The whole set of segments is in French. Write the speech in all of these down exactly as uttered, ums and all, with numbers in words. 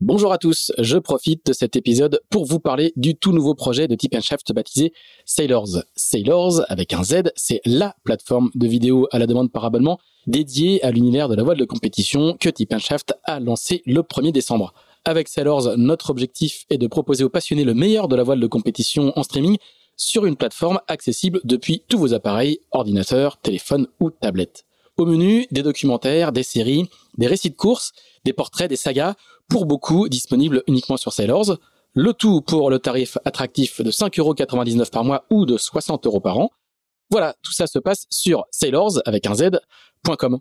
Bonjour à tous, je profite de cet épisode pour vous parler du tout nouveau projet de Tip and Shaft baptisé Sailors. Sailors, avec un Z, c'est la plateforme de vidéo à la demande par abonnement dédiée à l'univers de la voile de compétition que Tip and Shaft a lancé le premier décembre. Avec Sailors, notre objectif est de proposer aux passionnés le meilleur de la voile de compétition en streaming sur une plateforme accessible depuis tous vos appareils, ordinateurs, téléphones ou tablettes. Au menu, des documentaires, des séries, des récits de courses, des portraits, des sagas, pour beaucoup disponibles uniquement sur Sailors. Le tout pour le tarif attractif de cinq euros quatre-vingt-dix-neuf par mois ou de soixante euros par an. Voilà, tout ça se passe sur sailors avec un z point com.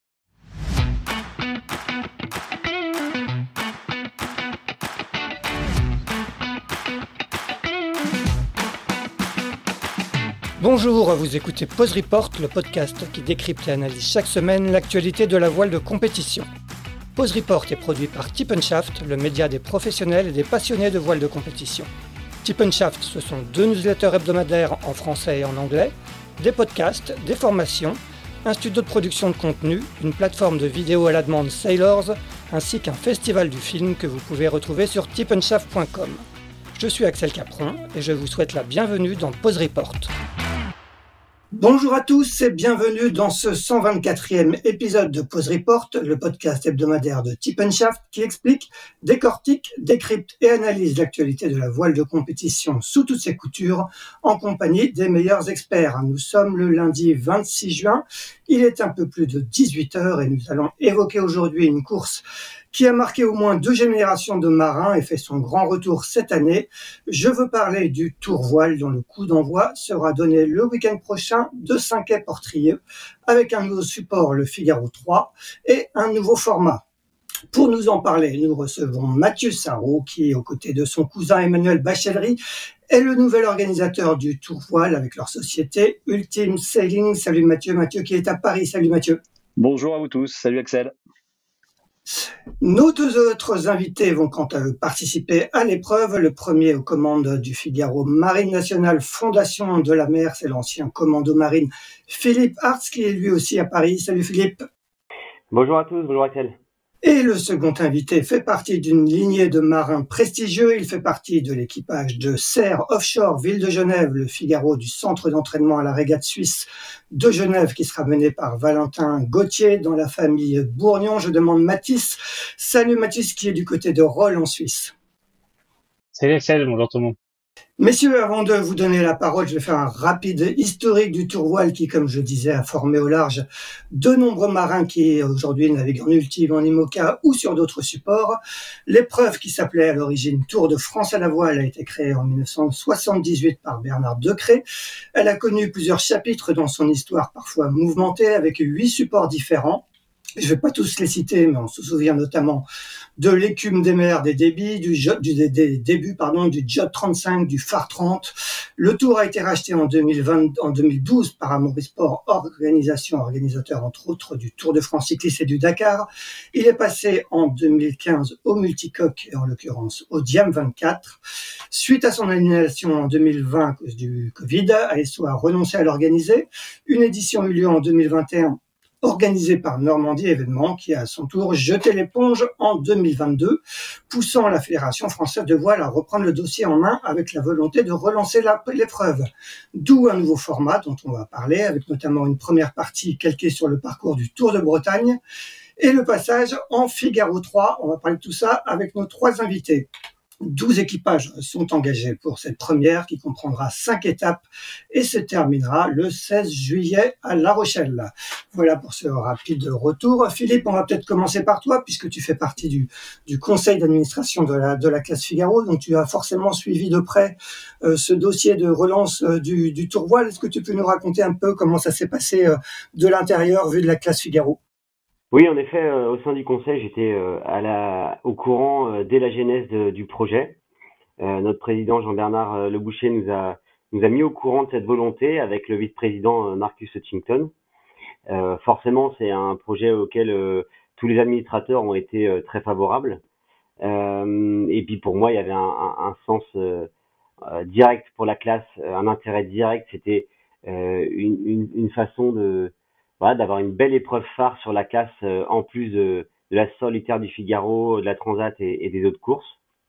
Bonjour, vous écoutez Pause Report, le podcast qui décrypte et analyse chaque semaine l'actualité de la voile de compétition. Pause Report est produit par Tip and Shaft, le média des professionnels et des passionnés de voile de compétition. Tip and Shaft, ce sont deux newsletters hebdomadaires en français et en anglais, des podcasts, des formations, un studio de production de contenu, une plateforme de vidéo à la demande Sailors, ainsi qu'un festival du film que vous pouvez retrouver sur tip and shaft point com. Je suis Axel Capron et je vous souhaite la bienvenue dans Pause Report. Bonjour à tous et bienvenue dans ce cent vingt-quatrième épisode de Pause Report, le podcast hebdomadaire de Tip and Shaft qui explique, décortique, décrypte et analyse l'actualité de la voile de compétition sous toutes ses coutures en compagnie des meilleurs experts. Nous sommes le lundi vingt-six juin, il est un peu plus de dix-huit heures et nous allons évoquer aujourd'hui une course qui a marqué au moins deux générations de marins et fait son grand retour cette année. Je veux parler du Tour Voile dont le coup d'envoi sera donné le week-end prochain de Saint-Quay-Portrieux avec un nouveau support, le Figaro trois, et un nouveau format. Pour nous en parler, nous recevons Mathieu Sarraud qui, aux côtés de son cousin Emmanuel Bachellery, est le nouvel organisateur du Tour Voile avec leur société Ultime Sailing. Salut Mathieu, Mathieu qui est à Paris. Salut Mathieu. Bonjour à vous tous, salut Axel. Nos deux autres invités vont quant à eux participer à l'épreuve. Le premier aux commandes du Figaro Marine Nationale Fondation de la Mer, c'est l'ancien commando marine Philippe Hartz qui est lui aussi à Paris. Salut Philippe. Bonjour à tous, bonjour Axel. Et le second invité fait partie d'une lignée de marins prestigieux. Il fait partie de l'équipage de Serre Offshore Ville de Genève, le Figaro du centre d'entraînement à la régate suisse de Genève qui sera mené par Valentin Gauthier dans la famille Bourgnon. Je demande Mathis. Salut Mathis qui est du côté de Rolle en Suisse. Salut Axel, bonjour tout le monde. Messieurs, avant de vous donner la parole, je vais faire un rapide historique du Tour Voile qui, comme je disais, a formé au large de nombreux marins qui aujourd'hui naviguent en Ultime, en IMOCA ou sur d'autres supports. L'épreuve qui s'appelait à l'origine Tour de France à la voile a été créée en dix-neuf cent soixante-dix-huit par Bernard Decré. Elle a connu plusieurs chapitres dans son histoire parfois mouvementée avec huit supports différents. Je ne vais pas tous les citer, mais on se souvient notamment de l'écume des mers des débits, du, du des, des débuts pardon, du J O T trente-cinq, du Phare trente. Le Tour a été racheté en, deux mille vingt, en deux mille douze par Amaury Sport, organisation, organisateur entre autres du Tour de France cycliste et du Dakar. Il est passé en deux mille quinze au multicoque et en l'occurrence au Diam vingt-quatre. Suite à son annulation en deux mille vingt à cause du Covid, A S O a renoncé à l'organiser. Une édition eut lieu en deux mille vingt et un organisé par Normandie Événements, qui a à son tour jeté l'éponge en deux mille vingt-deux, poussant la Fédération française de voile à reprendre le dossier en main avec la volonté de relancer la, l'épreuve. D'où un nouveau format dont on va parler, avec notamment une première partie calquée sur le parcours du Tour de Bretagne et le passage en Figaro trois. On va parler de tout ça avec nos trois invités. douze équipages sont engagés pour cette première qui comprendra cinq étapes et se terminera le seize juillet à La Rochelle. Voilà pour ce rapide retour. Philippe, on va peut-être commencer par toi puisque tu fais partie du, du conseil d'administration de la, de la classe Figaro, donc tu as forcément suivi de près euh, ce dossier de relance euh, du, du Tour Voile. Est-ce que tu peux nous raconter un peu comment ça s'est passé euh, de l'intérieur vu de la classe Figaro ? Oui, en effet, euh, au sein du conseil, j'étais euh, à la, au courant euh, dès la genèse de, du projet. Euh, notre président Jean-Bernard euh, Le Boucher nous a nous a mis au courant de cette volonté avec le vice-président euh, Marcus Hutchington. Euh, forcément, c'est un projet auquel euh, tous les administrateurs ont été euh, très favorables. Euh, et puis pour moi, il y avait un, un, un sens euh, euh, direct pour la classe, un intérêt direct. C'était euh, une, une, une façon de voilà, d'avoir une belle épreuve phare sur la classe, euh, en plus de, de la solitaire du Figaro, de la Transat et, et des autres courses.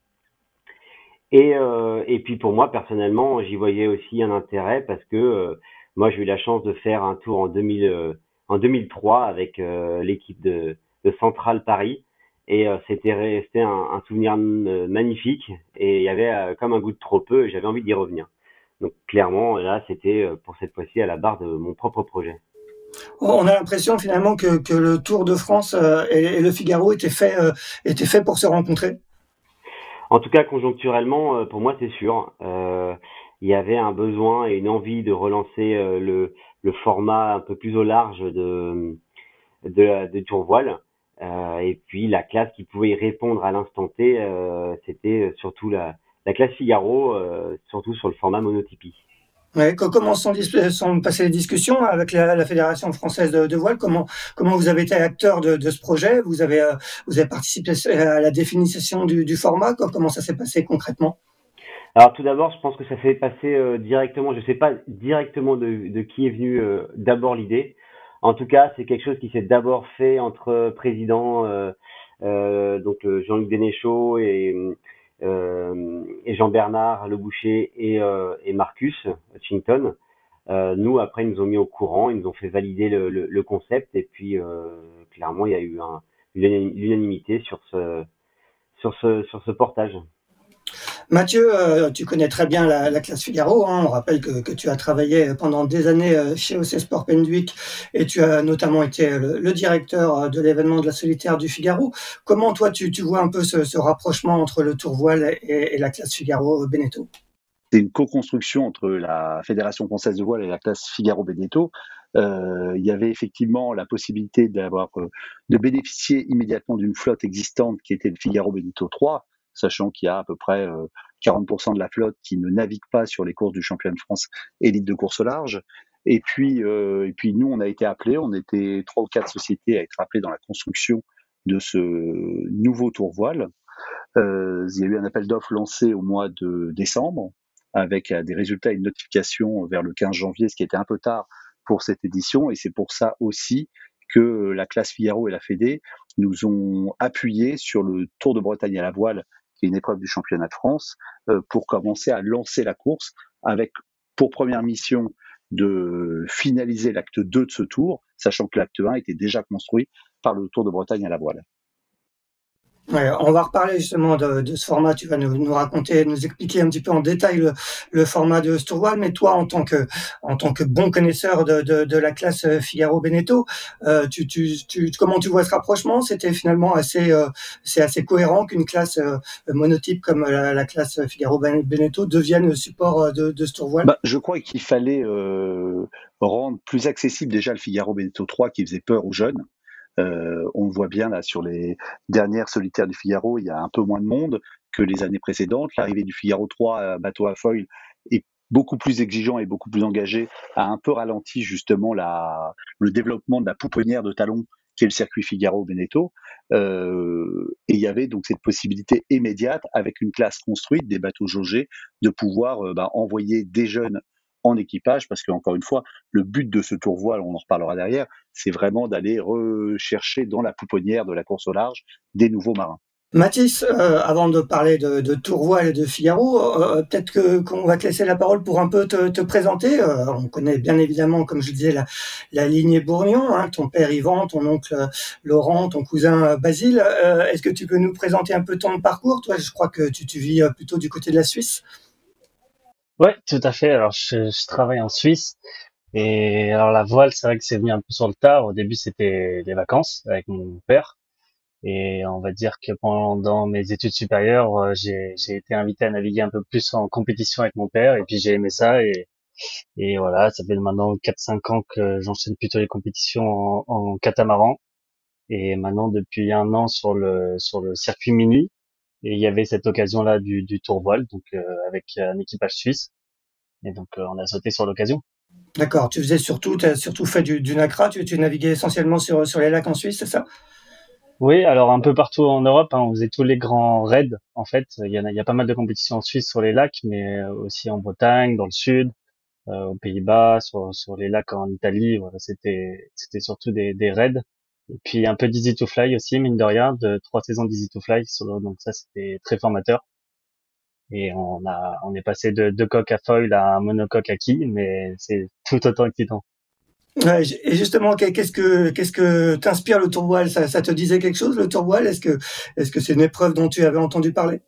Et, euh, et puis pour moi personnellement, j'y voyais aussi un intérêt parce que euh, moi j'ai eu la chance de faire un tour en deux mille, euh, en deux mille trois avec euh, l'équipe de, de Central Paris et euh, c'était resté un, un souvenir euh, magnifique et il y avait euh, comme un goût de trop peu et j'avais envie d'y revenir. Donc clairement là c'était euh, pour cette fois-ci à la barre de mon propre projet. On a l'impression finalement que, que le Tour de France euh, et, et le Figaro étaient faits euh, étaient faits pour se rencontrer. En tout cas, conjoncturellement, euh, pour moi, c'est sûr. Euh, il y avait un besoin et une envie de relancer euh, le, le format un peu plus au large de, de, la- de Tourvoile. Euh, et puis, la classe qui pouvait y répondre à l'instant T, euh, c'était surtout la, la classe Figaro, euh, surtout sur le format monotypie. Ouais, co- comment sont, dis- sont passées les discussions avec la, la Fédération française de, de voile? Comment comment vous avez été acteur de, de ce projet? Vous avez euh, vous avez participé à la définition du, du format? Co- Comment ça s'est passé concrètement? Alors, tout d'abord, je pense que ça s'est passé euh, directement. Je sais pas directement de, de qui est venu euh, d'abord l'idée. En tout cas, c'est quelque chose qui s'est d'abord fait entre présidents, euh, euh, donc euh, Jean-Luc Dénéchaud et, euh, et Jean-Bernard Le Boucher et, euh, et Marcus Hutchington. Euh, nous, après, ils nous ont mis au courant, ils nous ont fait valider le, le, le concept et puis euh, clairement, il y a eu un, une unanimité sur ce sur ce sur ce portage. Mathieu, euh, tu connais très bien la, la classe Figaro, hein. On rappelle que, que tu as travaillé pendant des années euh, chez O C Sport Penduic et tu as notamment été le, le directeur euh, de l'événement de la solitaire du Figaro. Comment toi tu, tu vois un peu ce, ce rapprochement entre le Tour Voile et, et la classe Figaro Beneteau? C'est une co-construction entre la Fédération française de voile et la classe Figaro-Beneteau. Euh, il y avait effectivement la possibilité d'avoir, euh, de bénéficier immédiatement d'une flotte existante qui était le Figaro-Beneteau trois, sachant qu'il y a à peu près euh, quarante pour cent de la flotte qui ne navigue pas sur les courses du championnat de France élite de course au large. Et puis, euh, et puis nous, on a été appelés, on était trois ou quatre sociétés à être appelées dans la construction de ce nouveau tour voile. Euh, il y a eu un appel d'offres lancé au mois de décembre avec euh, des résultats et une notification vers le quinze janvier, ce qui était un peu tard pour cette édition. Et c'est pour ça aussi que la classe Figaro et la Fédé nous ont appuyé sur le Tour de Bretagne à la voile, qui est une épreuve du championnat de France, euh, pour commencer à lancer la course avec pour première mission de finaliser l'acte deux de ce tour, sachant que l'acte un était déjà construit par le Tour de Bretagne à la voile. Ouais, on va reparler justement de, de ce format. Tu vas nous, nous raconter, nous expliquer un petit peu en détail le, le format de ce tour voile. Mais toi, en tant que, en tant que bon connaisseur de, de, de la classe Figaro-Beneteau, euh, tu, tu, tu, comment tu vois ce rapprochement? C'était finalement assez, euh, c'est assez cohérent qu'une classe euh, monotype comme la, la classe Figaro-Beneteau devienne le support de, de ce tour voile. Bah, je crois qu'il fallait euh, rendre plus accessible déjà le Figaro-Beneteau trois qui faisait peur aux jeunes. Euh, on le voit bien là sur les dernières solitaires du Figaro, il y a un peu moins de monde que les années précédentes. L'arrivée du Figaro trois, bateau à foil, est beaucoup plus exigeant et beaucoup plus engagé, a un peu ralenti justement la, le développement de la pouponnière de talon qui est le circuit Figaro-Beneteau. Euh, et il y avait donc cette possibilité immédiate, avec une classe construite, des bateaux jaugés, de pouvoir euh, bah, envoyer des jeunes en équipage, parce qu'encore une fois, le but de ce tour voile, on en reparlera derrière, c'est vraiment d'aller rechercher dans la pouponnière de la course au large des nouveaux marins. Mathis, euh, avant de parler de, de Tour Voile et de Figaro, euh, peut-être que qu'on va te laisser la parole pour un peu te, te présenter. Euh, on connaît bien évidemment, comme je disais, la, la lignée Bourgnon, hein, ton père Yvan, ton oncle Laurent, ton cousin euh, Basile. Euh, est-ce que tu peux nous présenter un peu ton parcours? Toi, je crois que tu, tu vis euh, plutôt du côté de la Suisse. Ouais, tout à fait. Alors, je, je travaille en Suisse. Et alors, la voile, c'est vrai que c'est venu un peu sur le tard. Au début, c'était les vacances avec mon père. Et on va dire que pendant mes études supérieures, euh, j'ai, j'ai été invité à naviguer un peu plus en compétition avec mon père. Et puis, j'ai aimé ça. Et, et voilà, ça fait maintenant quatre cinq ans que j'enchaîne plutôt les compétitions en, en catamaran. Et maintenant, depuis un an sur le, sur le circuit mini. Et il y avait cette occasion-là du, du tour voile, donc euh, avec un équipage suisse. Et donc, euh, on a sauté sur l'occasion. D'accord, tu faisais surtout, tu as surtout fait du, du NACRA, tu, tu naviguais essentiellement sur, sur les lacs en Suisse, c'est ça? Oui, alors un peu partout en Europe, hein, on faisait tous les grands raids. En fait, il y en a, il y a pas mal de compétitions en Suisse sur les lacs, mais euh, aussi en Bretagne, dans le sud, euh, aux Pays-Bas, sur, sur les lacs en Italie. Voilà, c'était, c'était surtout des, des raids. Et puis un peu d'Easy to Fly aussi, mine de rien, de trois saisons d'Easy to Fly. Sur- Donc ça, c'était très formateur. Et on a, on est passé de deux coques à foil à un monocoque à quille, mais c'est tout autant excitant. Ouais, j- et justement, qu'est- qu'est-ce que qu'est-ce que t'inspire le tour voile? Ça, ça te disait quelque chose, le tour voile? Est-ce que est-ce que c'est une épreuve dont tu avais entendu parler?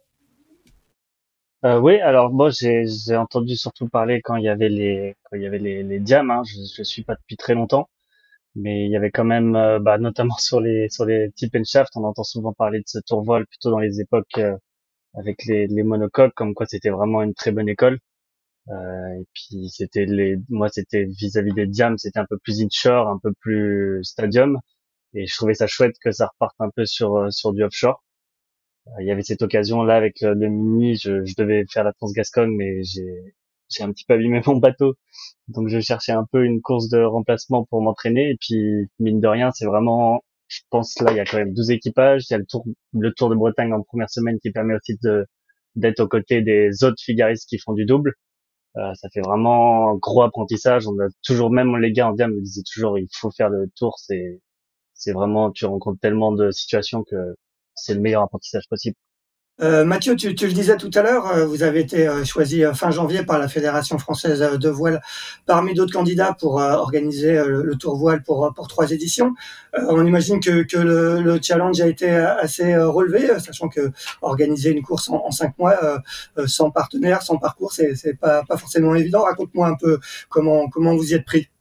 Euh, oui, alors moi j'ai j'ai entendu surtout parler quand il y avait les quand il y avait les les diams. Hein. Je je suis pas depuis très longtemps, mais il y avait quand même euh, bah, notamment sur les sur les tip and shaft, on entend souvent parler de ce tour voile plutôt dans les époques euh, avec les les monocoques, comme quoi c'était vraiment une très bonne école. Euh, et puis c'était les moi c'était vis-à-vis des diams, c'était un peu plus inshore, un peu plus stadium, et je trouvais ça chouette que ça reparte un peu sur euh, sur du offshore. Euh, Il y avait cette occasion là avec le, le mini, je, je devais faire la Transgascogne, mais j'ai j'ai un petit peu abîmé mon bateau, donc je cherchais un peu une course de remplacement pour m'entraîner. Et puis mine de rien, c'est vraiment, je pense là il y a quand même douze équipages, il y a le tour le Tour de Bretagne en première semaine qui permet aussi de d'être aux côtés des autres figaristes qui font du double. Euh, ça fait vraiment un gros apprentissage. On a toujours, même les gars en diam me disaient toujours, il faut faire le tour. C'est c'est vraiment, tu rencontres tellement de situations que c'est le meilleur apprentissage possible. Euh, Mathieu, tu, tu le disais tout à l'heure, euh, vous avez été euh, choisi euh, fin janvier par la Fédération française euh, de voile parmi d'autres candidats pour euh, organiser euh, le, le Tour voile pour, euh, pour trois éditions. Euh, on imagine que, que le, le challenge a été euh, assez euh, relevé, euh, sachant que organiser une course en, en cinq mois euh, euh, sans partenaire, sans parcours, c'est, c'est pas, pas forcément évident. Raconte-moi un peu comment, comment vous y êtes pris.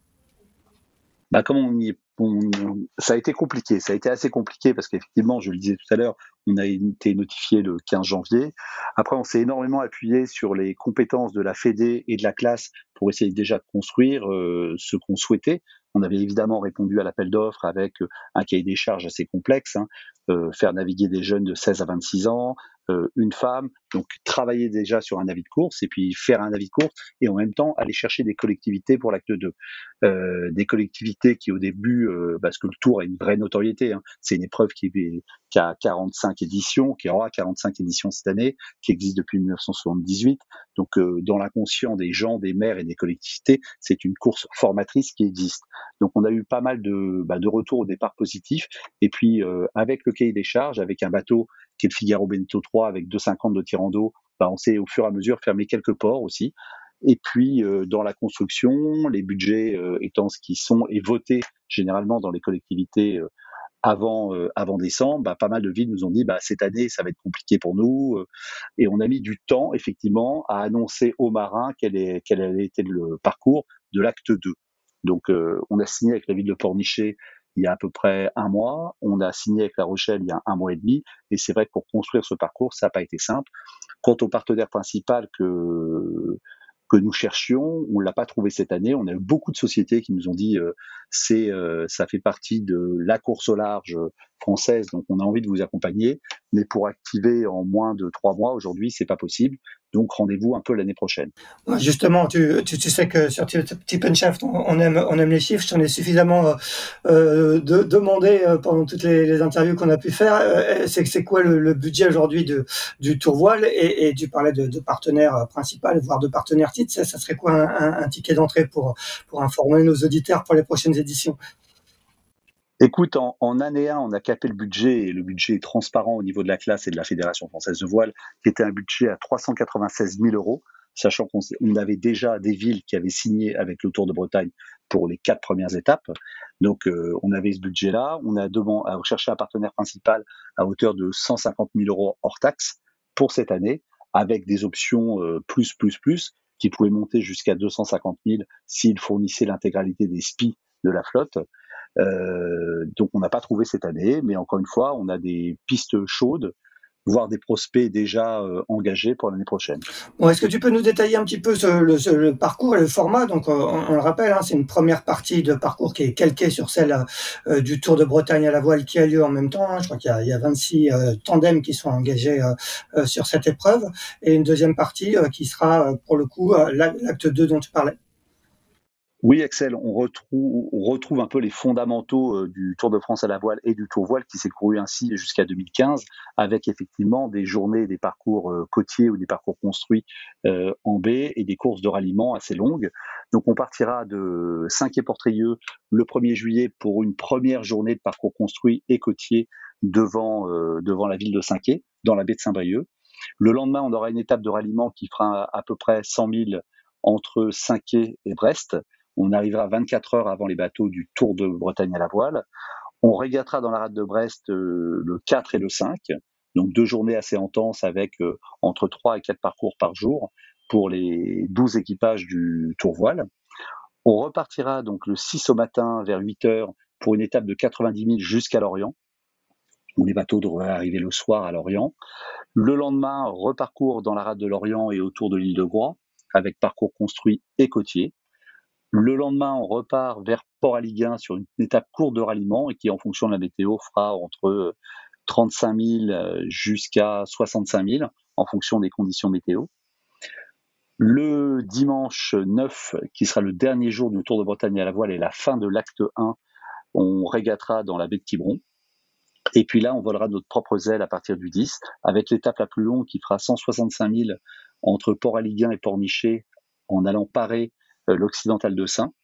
Bah, comme on y est, on- ça a été compliqué, ça a été assez compliqué parce qu'effectivement, je le disais tout à l'heure, on a été notifié le quinze janvier. Après, on s'est énormément appuyé sur les compétences de la Fédé et de la classe pour essayer déjà de construire euh, ce qu'on souhaitait. On avait évidemment répondu à l'appel d'offres avec euh, un cahier des charges assez complexe, hein, euh, faire naviguer des jeunes de seize à vingt-six ans, euh, une femme, donc travailler déjà sur un avis de course et puis faire un avis de course et en même temps aller chercher des collectivités pour l'acte deux. Euh, des collectivités qui au début, euh, parce que le Tour a une vraie notoriété, hein, c'est une épreuve qui, est, qui a quarante-cinq éditions, qui aura quarante-cinq éditions cette année, qui existe depuis mille neuf cent soixante-dix-huit. Donc euh, dans l'inconscient des gens, des maires et des collectivités, c'est une course formatrice qui existe. Donc on a eu pas mal de, bah, de retours au départ positifs. Et puis euh, avec le cahier des charges, avec un bateau qui est le Figaro Beneteau trois avec deux cent cinquante de tirant d'eau, bah, on s'est au fur et à mesure fermé quelques ports aussi. Et puis euh, dans la construction, les budgets euh, étant ce qu'ils sont et votés généralement dans les collectivités euh, avant euh, avant décembre, bah, pas mal de villes nous ont dit bah cette année ça va être compliqué pour nous euh, et on a mis du temps effectivement à annoncer aux marins quel est quel allait être le parcours de l'acte deux. Donc euh, on a signé avec la ville de Pornichet il y a à peu près un mois, on a signé avec La Rochelle il y a un mois et demi, et c'est vrai que pour construire ce parcours ça n'a pas été simple. Quant au partenaire principal que que nous cherchions, on l'a pas trouvé cette année. On a eu beaucoup de sociétés qui nous ont dit euh, c'est euh, ça fait partie de la course au large française, donc on a envie de vous accompagner, mais pour activer en moins de trois mois aujourd'hui, c'est pas possible. Donc rendez-vous un peu l'année prochaine. Ouais, justement, tu, tu, tu sais que sur Tip Tip and Shaft, on, on aime, on aime les chiffres. J'en ai suffisamment euh, euh, de, demandé euh, pendant toutes les, les interviews qu'on a pu faire. Euh, c'est c'est quoi le, le budget aujourd'hui de, du Tour Voile et, et tu parlais de, de partenaire euh, principal, voire de partenaire titre. Ça, ça serait quoi un, un, un ticket d'entrée pour, pour informer nos auditeurs pour les prochaines éditions? Écoute, en, en année un, on a capé le budget, et le budget est transparent au niveau de la classe et de la Fédération française de voile, qui était un budget à trois cent quatre-vingt-seize mille euros, sachant qu'on s- on avait déjà des villes qui avaient signé avec le Tour de Bretagne pour les quatre premières étapes. Donc, euh, on avait ce budget-là. On a demandé à rechercher un partenaire principal à hauteur de cent cinquante mille euros hors taxe pour cette année, avec des options euh, plus, plus, plus, qui pouvaient monter jusqu'à deux cent cinquante mille s'il fournissait l'intégralité des S P I de la flotte. Euh, donc on n'a pas trouvé cette année, mais encore une fois, on a des pistes chaudes, voire des prospects déjà euh, engagés pour l'année prochaine. Bon, est-ce que tu peux nous détailler un petit peu ce, le, ce- le parcours et le format? Donc, euh, on, on le rappelle, hein, c'est une première partie de parcours qui est calquée sur celle euh, du Tour de Bretagne à la voile qui a lieu en même temps. Hein. Je crois qu'il y a, il y a vingt-six euh, tandems qui sont engagés euh, euh, sur cette épreuve. Et une deuxième partie euh, qui sera, euh, pour le coup, euh, l'acte deux dont tu parlais. Oui, Axel, on retrouve, on retrouve un peu les fondamentaux euh, du Tour de France à la voile et du Tour voile qui s'est couru ainsi jusqu'à deux mille quinze, avec effectivement des journées, des parcours euh, côtiers ou des parcours construits euh, en baie et des courses de ralliement assez longues. Donc on partira de Saint-Quay-Portrieux le premier juillet pour une première journée de parcours construit et côtier devant, euh, devant la ville de Saint-Quay, dans la baie de Saint-Brieuc. Le lendemain, on aura une étape de ralliement qui fera à peu près cent mille entre Saint-Quay et Brest. On arrivera vingt-quatre heures avant les bateaux du Tour de Bretagne à la voile. On régatera dans la rade de Brest euh, le quatre et le cinq, donc deux journées assez intenses avec euh, entre trois et quatre parcours par jour pour les douze équipages du Tour voile. On repartira donc le six au matin vers huit heures pour une étape de quatre-vingt-dix mille jusqu'à Lorient, où les bateaux devraient arriver le soir à Lorient. Le lendemain, reparcours dans la rade de Lorient et autour de l'île de Groix, avec parcours construit et côtier. Le lendemain, on repart vers Port-Aliguin sur une étape courte de ralliement et qui, en fonction de la météo, fera entre trente-cinq mille jusqu'à soixante-cinq mille en fonction des conditions météo. Le dimanche neuf, qui sera le dernier jour du Tour de Bretagne à la voile et la fin de l'acte un, on régatera dans la baie de Quiberon. Et puis là, on volera notre propre aile à partir du dix, avec l'étape la plus longue qui fera cent soixante-cinq mille entre Port-Aliguin et Pornichet, en allant parer euh, l'Occidental de Saint.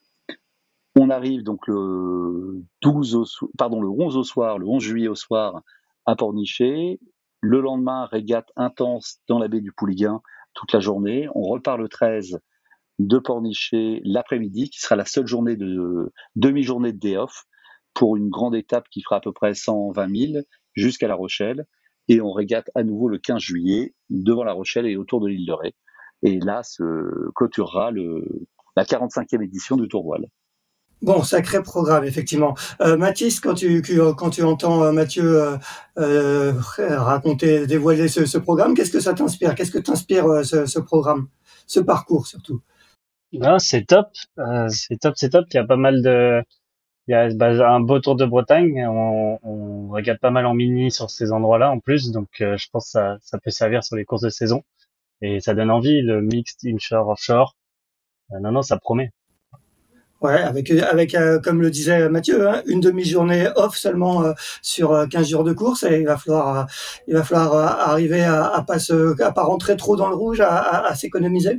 On arrive donc le douze au so- pardon, le onze au soir, le onze juillet au soir à Pornichet. Le lendemain, régate intense dans la baie du Pouliguen toute la journée. On repart le treize de Pornichet l'après-midi, qui sera la seule journée de demi-journée de day off pour une grande étape qui fera à peu près cent vingt mille jusqu'à La Rochelle. Et on régate à nouveau le quinze juillet devant La Rochelle et autour de l'île de Ré. Et là se clôturera le, la quarante-cinquième édition du Tour voile. Bon, sacré programme, effectivement. Euh, Mathis, quand tu, quand tu entends euh, Mathieu euh, euh, raconter, dévoiler ce, ce programme, qu'est-ce que ça t'inspire? Qu'est-ce que t'inspire euh, ce, ce programme, ce parcours surtout? Non, c'est top, euh, c'est top, c'est top. Il y a pas mal de, il y a bah, un beau Tour de Bretagne. On, on regarde pas mal en mini sur ces endroits-là en plus, donc euh, je pense que ça, ça peut servir sur les courses de saison et ça donne envie. Le mixed inshore offshore, Euh, non non, ça promet. Ouais, avec, avec euh, comme le disait Mathieu, hein, une demi-journée off seulement euh, sur euh, quinze jours de course, et il va falloir, euh, il va falloir euh, arriver à, à pas se, à pas rentrer trop dans le rouge, à, à, à s'économiser.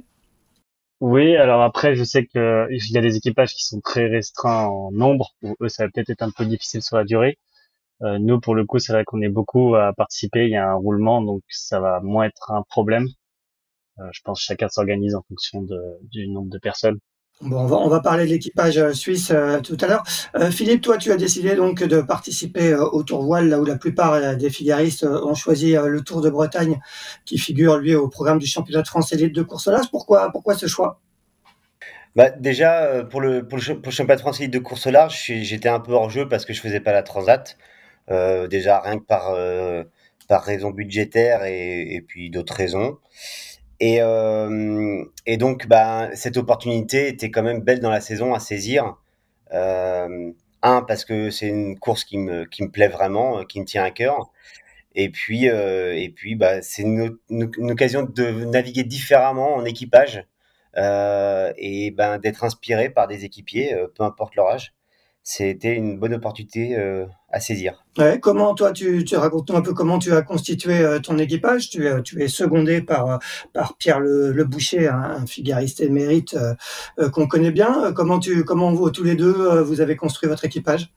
Oui, alors après, je sais que il y a des équipages qui sont très restreints en nombre, où eux, ça va peut-être être un peu difficile sur la durée. Euh, nous, pour le coup, c'est vrai qu'on est beaucoup à participer, il y a un roulement, donc ça va moins être un problème. Euh, je pense que chacun s'organise en fonction de, du nombre de personnes. Bon, on va, on va parler de l'équipage euh, suisse euh, tout à l'heure. Euh, Philippe, toi, tu as décidé donc de participer euh, au Tour voile, là où la plupart euh, des filiaristes euh, ont choisi euh, le Tour de Bretagne, qui figure lui au programme du championnat de France élite de course au large. Pourquoi, pourquoi ce choix? Bah, déjà, euh, pour le, pour le, cha- pour le championnat de France élite de course au large, je suis- j'étais un peu hors jeu parce que je faisais pas la transat. Euh, déjà, rien que par, euh, par raison budgétaire et, et puis d'autres raisons. Et, euh, et donc, bah, cette opportunité était quand même belle dans la saison à saisir. Euh, un, parce que c'est une course qui me, qui me plaît vraiment, euh, qui me tient à cœur. Et puis, euh, et puis, bah, c'est une, une- une occasion de naviguer différemment en équipage euh, et ben d'être inspiré par des équipiers, euh, peu importe leur âge. C'était une bonne opportunité euh, à saisir. Ouais, comment toi, tu, tu racontes-nous un peu comment tu as constitué euh, ton équipage. Tu, es- tu es secondé par, euh, par Pierre Le, Le Boucher, un, un figariste émérite euh, euh, qu'on connaît bien. Euh, Comment tu, comment vous tous les deux euh, vous avez construit votre équipage?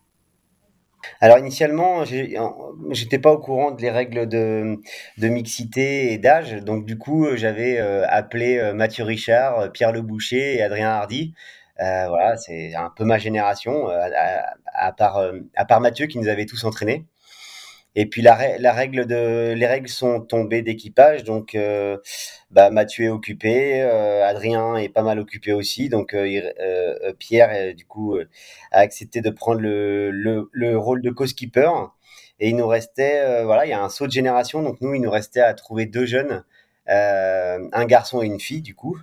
Alors initialement, j'ai- en- j'étais pas au courant des règles de, de mixité et d'âge, donc du coup euh, j'avais euh, appelé euh, Mathieu Richard, euh, Pierre Le Boucher et Adrien Hardy. Euh, voilà, c'est un peu ma génération, euh, à, à part euh, à part Mathieu qui nous avait tous entraînés. Et puis la, rè- la règle de, les règles sont tombées d'équipage, donc euh, bah, Mathieu est occupé, euh, Adrien est pas mal occupé aussi, donc euh, il- euh, euh, Pierre euh, du coup euh, a accepté de prendre le, le, le rôle de co-skipper. Et il nous restait, euh, voilà, il y a un saut de génération, donc nous il nous restait à trouver deux jeunes, euh, un garçon et une fille du coup,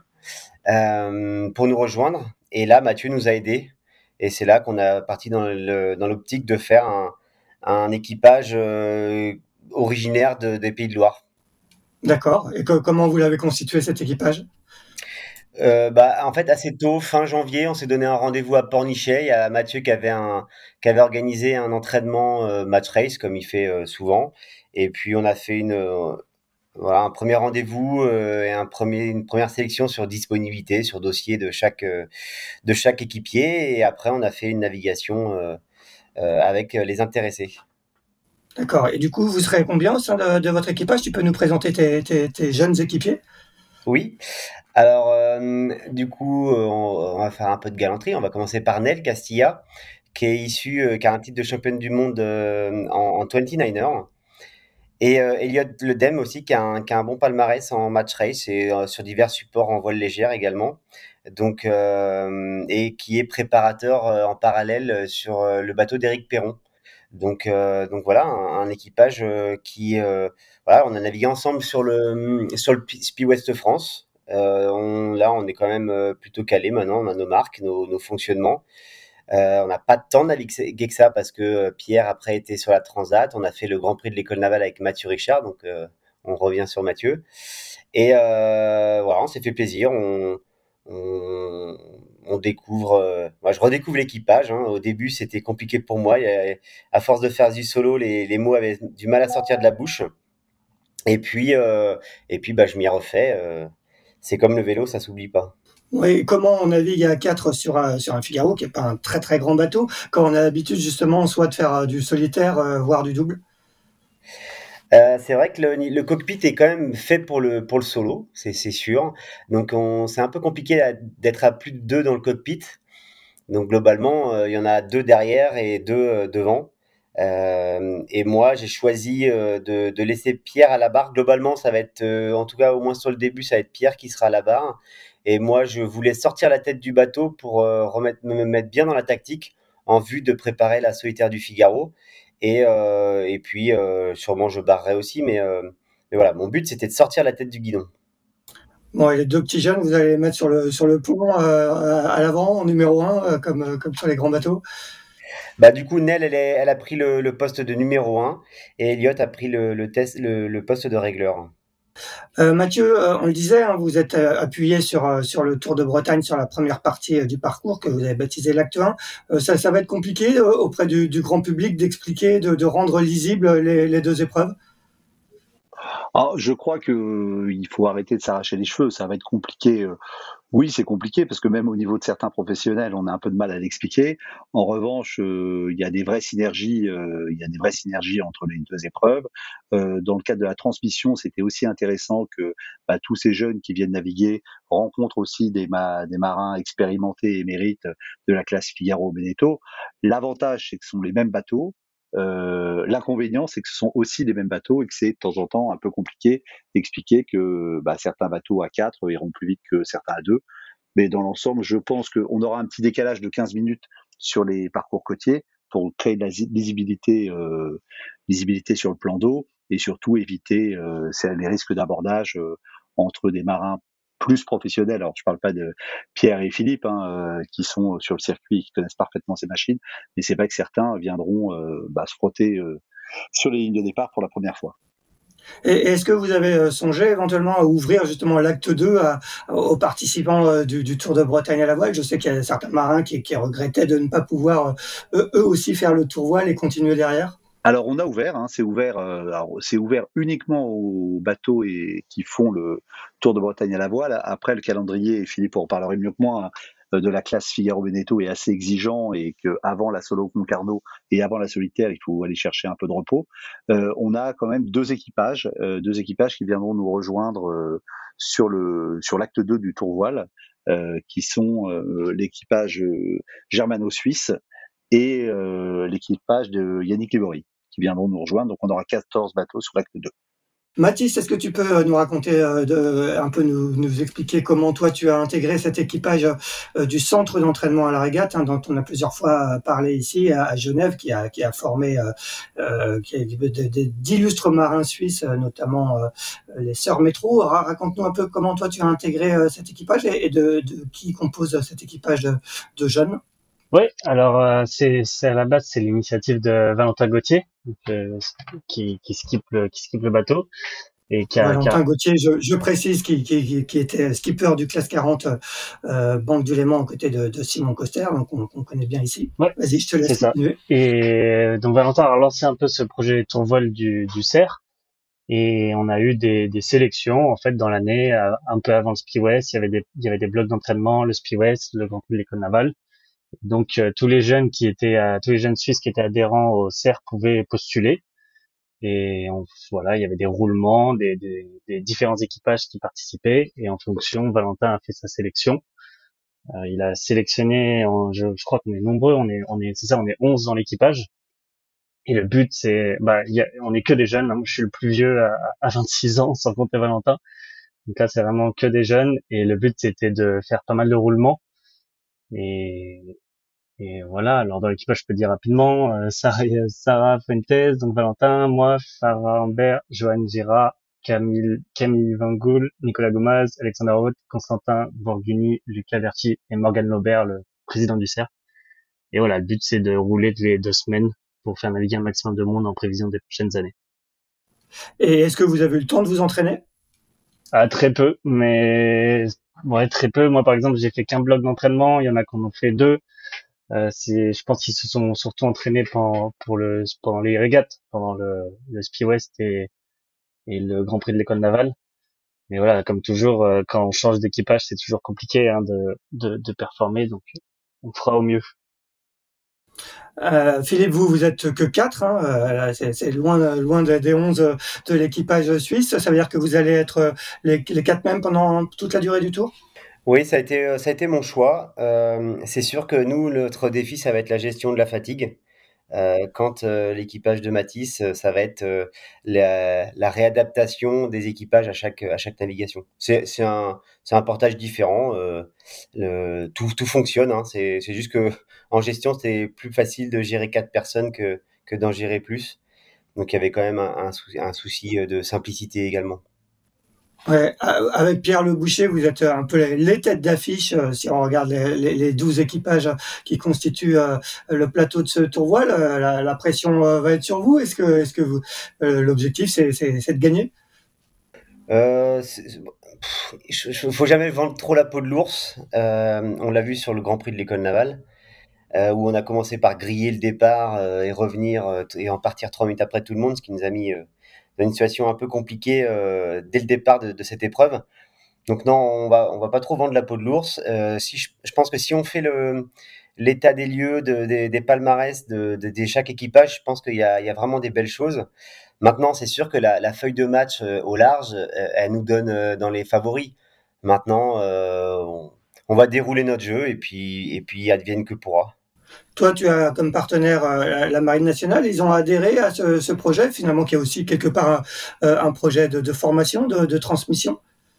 euh, pour nous rejoindre. Et là Mathieu nous a aidés, et c'est là qu'on a parti dans le, dans l'optique de faire un un équipage euh, originaire de- des Pays de Loire. D'accord. Et que- comment vous l'avez constitué cet équipage? Euh, bah, en fait, assez tôt, fin janvier, on s'est donné un rendez-vous à Pornichet. Il y a Mathieu qui avait un, qui avait organisé un entraînement euh, match race comme il fait euh, souvent. Et puis on a fait une, euh, voilà, un premier rendez-vous euh, et un premier, une première sélection sur disponibilité, sur dossier de chaque, euh, de chaque équipier. Et après, on a fait une navigation euh, euh, avec euh, les intéressés. D'accord. Et du coup, vous serez combien au sein de, de votre équipage? Tu peux nous présenter tes, tes- tes jeunes équipiers? Oui. Alors, euh, du coup, euh, on, on va faire un peu de galanterie. On va commencer par Nel Castilla, qui est issue, euh, qui a un titre de championne du monde euh, en, en vingt-neuf ers. Et euh, Elliot Ledem aussi, qui a, un, qui a un bon palmarès en match race et euh, sur divers supports en voile légère également. Donc, euh, et qui est préparateur euh, en parallèle euh, sur euh, le bateau d'Éric Perron. Donc, euh, donc voilà, un, un équipage euh, qui, euh, voilà, on a navigué ensemble sur le sur le Pi- Spi West France. Euh, on, là, on est quand même euh, plutôt calé maintenant. On a nos marques, nos, nos fonctionnements. Euh, on n'a pas tant navigué que ça parce que euh, Pierre après était sur la Transat. On a fait le Grand Prix de l'école navale avec Mathieu Richard, donc euh, on revient sur Mathieu. Et euh, voilà, on s'est fait plaisir. On, on, on découvre. Euh, moi, je redécouvre l'équipage. Hein. Au début, c'était compliqué pour moi. Il y a- à force de faire du solo, les, les mots avaient du mal à sortir de la bouche. Et puis, euh, et puis, bah, je m'y refais. Euh, c'est comme le vélo, ça s'oublie pas. Oui, comment on navigue à quatre sur un, sur un Figaro, qui est pas un très très grand bateau, quand on a l'habitude justement soit de faire euh, du solitaire, euh, voire du double? Euh, c'est vrai que le, le cockpit est quand même fait pour le, pour le solo, c'est c'est sûr. Donc on, c'est un peu compliqué à- d'être à plus de deux dans le cockpit. Donc globalement, euh, il y en a deux derrière et deux euh, devant. Euh, et moi, j'ai choisi euh, de, de laisser Pierre à la barre. Globalement, ça va être, euh, en tout cas au moins sur le début, ça va être Pierre qui sera à la barre. Et moi, je voulais sortir la tête du bateau pour euh, remettre, me mettre bien dans la tactique en vue de préparer la solitaire du Figaro. Et, euh, et puis, euh, sûrement, je barrerai aussi. Mais, euh, mais voilà, mon but, c'était de sortir la tête du guidon. Bon, et les deux petits jeunes, vous allez les mettre sur le, sur le pont euh, à à l'avant, en numéro un, euh, comme, euh, comme sur les grands bateaux. Bah, du coup, Nell, elle, est- elle a pris le, le poste de numéro un et Elliot a pris le, le, test, le, le poste de régleur. Euh, Mathieu, euh, on le disait, hein, vous êtes euh, appuyé sur, euh, sur le Tour de Bretagne, sur la première partie euh, du parcours que vous avez baptisé l'acte un. Euh, ça, ça va être compliqué euh, auprès du, du grand public d'expliquer, de, de rendre lisibles les, les deux épreuves? Alors, je crois que euh, il faut arrêter de s'arracher les cheveux. Ça va être compliqué. euh, Oui, c'est compliqué parce que même au niveau de certains professionnels, on a un peu de mal à l'expliquer. En revanche, euh, il y a des vraies synergies. euh, il y a des vraies synergies entre les deux épreuves. Euh, dans le cadre de la transmission, c'était aussi intéressant que bah, tous ces jeunes qui viennent naviguer rencontrent aussi des, ma- des marins expérimentés et émérites de la classe Figaro Beneteau. L'avantage, c'est que ce sont les mêmes bateaux. Euh, l'inconvénient, c'est que ce sont aussi les mêmes bateaux et que c'est de temps en temps un peu compliqué d'expliquer que bah, certains bateaux à quatre iront plus vite que certains à deux. Mais dans l'ensemble, je pense qu'on aura un petit décalage de quinze minutes sur les parcours côtiers pour créer de la lisibilité, euh, lisibilité sur le plan d'eau et surtout éviter euh, les risques d'abordage euh, entre des marins plus professionnels. Alors, je ne parle pas de Pierre et Philippe, hein, euh, qui sont sur le circuit et qui connaissent parfaitement ces machines, mais c'est vrai que certains viendront euh, bah, se frotter euh, sur les lignes de départ pour la première fois. Et et est-ce que vous avez euh, songé éventuellement à ouvrir justement l'acte deux à- aux participants euh, du, du Tour de Bretagne à la voile? Je sais qu'il y a certains marins qui, qui regrettaient de ne pas pouvoir euh, eux, eux aussi faire le tour voile et continuer derrière. Alors on a ouvert, hein, c'est ouvert, euh, alors, c'est ouvert uniquement aux bateaux et qui font le Tour de Bretagne à la voile. Après le calendrier, et Philippe en parlerait mieux que moi, hein, de la classe Figaro Beneteau est assez exigeant et qu'avant la solo Concarneau et avant la solitaire, il faut aller chercher un peu de repos. Euh, on a quand même deux équipages, euh, deux équipages qui viendront nous rejoindre euh, sur le sur l'acte deux du Tour voile, euh, qui sont euh, l'équipage euh, germano-suisse et euh, l'équipage de Yannick Lébory qui viendront nous rejoindre. Donc on aura quatorze bateaux sur l'acte deux. Mathis, est-ce que tu peux euh, nous raconter, euh, de, un peu nous, nous expliquer comment toi tu as intégré cet équipage euh, du centre d'entraînement à la régate, hein, dont on a plusieurs fois parlé ici à, à Genève, qui a, qui a formé euh, euh, qui a, de- de- d'illustres marins suisses, euh, notamment euh, les sœurs Métro. Ra- Raconte-nous un peu comment toi tu as intégré euh, cet équipage et, et de, de qui compose cet équipage de, de jeunes. Oui, alors euh, c'est c'est à la base c'est l'initiative de Valentin Gauthier donc, euh, qui qui skippe le qui skippe le bateau. et qui a, qui Valentin a Gauthier, je, je précise, qui, qui, qui était skipper du classe quarante euh, Banque du Léman aux côtés de, de Simon Coster, donc on, on connaît bien ici. ouais, Vas-y, je te c'est laisse ça. continuer. Et donc Valentin a lancé un peu ce projet tourvol du, du cerf. Et on a eu des, des sélections en fait dans l'année, euh, un peu avant le Ski West. Il y avait des, il y avait des blocs d'entraînement, le Ski West, le Grand Prix de l'École Navale. Donc euh, tous les jeunes qui étaient, euh, tous les jeunes Suisses qui étaient adhérents au C E R pouvaient postuler. Et on, voilà, il y avait des roulements, des, des, des différents équipages qui participaient. Et en fonction, Valentin a fait sa sélection. Euh, il a sélectionné, en, je, je crois qu'on est nombreux, on est, on est, c'est ça, on est onze dans l'équipage. Et le but, c'est, bah, il y a, on est que des jeunes. Hein. Moi, je suis le plus vieux à, à vingt-six ans, sans compter Valentin. Donc là, c'est vraiment que des jeunes. Et le but, c'était de faire pas mal de roulements. Et, et voilà. Alors dans l'équipage, je peux dire rapidement, euh, Sarah, Sarah Fuentes, donc Valentin, moi, Farah Ambert, Johan Gira, Camille, Camille Van Gool, Nicolas Gomaz, Alexandre Roth, Constantin Borghini, Lucas Verti et Morgan Laubert, le président du C E R. Et voilà, le but, c'est de rouler tous les deux semaines pour faire naviguer un maximum de monde en prévision des prochaines années. Et est-ce que vous avez eu le temps de vous entraîner? Ah, très peu, mais ouais, très peu. Moi, par exemple, j'ai fait qu'un bloc d'entraînement. Il y en a qui en ont fait deux. Euh, c'est, je pense qu'ils se sont surtout entraînés pendant, pour le, pendant les régates, pendant le, le Ski West et, et le Grand Prix de l'École Navale. Mais voilà, comme toujours, euh, quand on change d'équipage, c'est toujours compliqué hein, de, de, de performer. Donc, on fera au mieux. Euh, Philippe, vous, vous êtes que quatre, hein, euh, c'est, c'est loin, loin de- des onze de l'équipage suisse. Ça veut dire que vous allez être les, les quatre mêmes pendant toute la durée du tour? Oui, ça a été, ça a été mon choix. Euh, c'est sûr que nous, notre défi, ça va être la gestion de la fatigue. Euh, quand euh, l'équipage de Matisse, euh, ça va être euh, la, la réadaptation des équipages à chaque, à chaque navigation. C'est, c'est un, c'est un portage différent. Euh, le, tout, tout fonctionne. Hein. C'est, c'est juste que en gestion, c'est plus facile de gérer quatre personnes que, que d'en gérer plus. Donc il y avait quand même un, un, sou- un souci euh, de simplicité également. Ouais, a- avec Pierre Le Boucher, vous êtes un peu les, les têtes d'affiche, euh, si on regarde les, les, les douze équipages qui constituent euh, le plateau de ce tourvoile. Euh, la, la pression euh, va être sur vous. Est-ce que, est-ce que vous, euh, l'objectif, c'est, c'est, c'est de gagner? Euh, c'est- c'est- pff, je- je- faut jamais vendre trop la peau de l'ours. Euh, on l'a vu sur le Grand Prix de l'École Navale, euh, où on a commencé par griller le départ euh, et revenir euh, t- et en partir trois minutes après tout le monde, ce qui nous a mis euh, dans une situation un peu compliquée euh, dès le départ de, de cette épreuve. Donc non, on va on va pas trop vendre la peau de l'ours. Euh, si je, je pense que si on fait le l'état des lieux de, des des palmarès de, de, de chaque équipage, je pense qu'il y a, il y a vraiment des belles choses. Maintenant, c'est sûr que la, la feuille de match euh, au large, euh, elle nous donne euh, dans les favoris. Maintenant, euh, on, on va dérouler notre jeu et puis et puis advienne que pourra. Toi, tu as comme partenaire euh, la la Marine nationale. Ils ont adhéré à ce, ce projet, finalement, qui est aussi quelque part un, euh, un projet de, de formation, de, de transmission.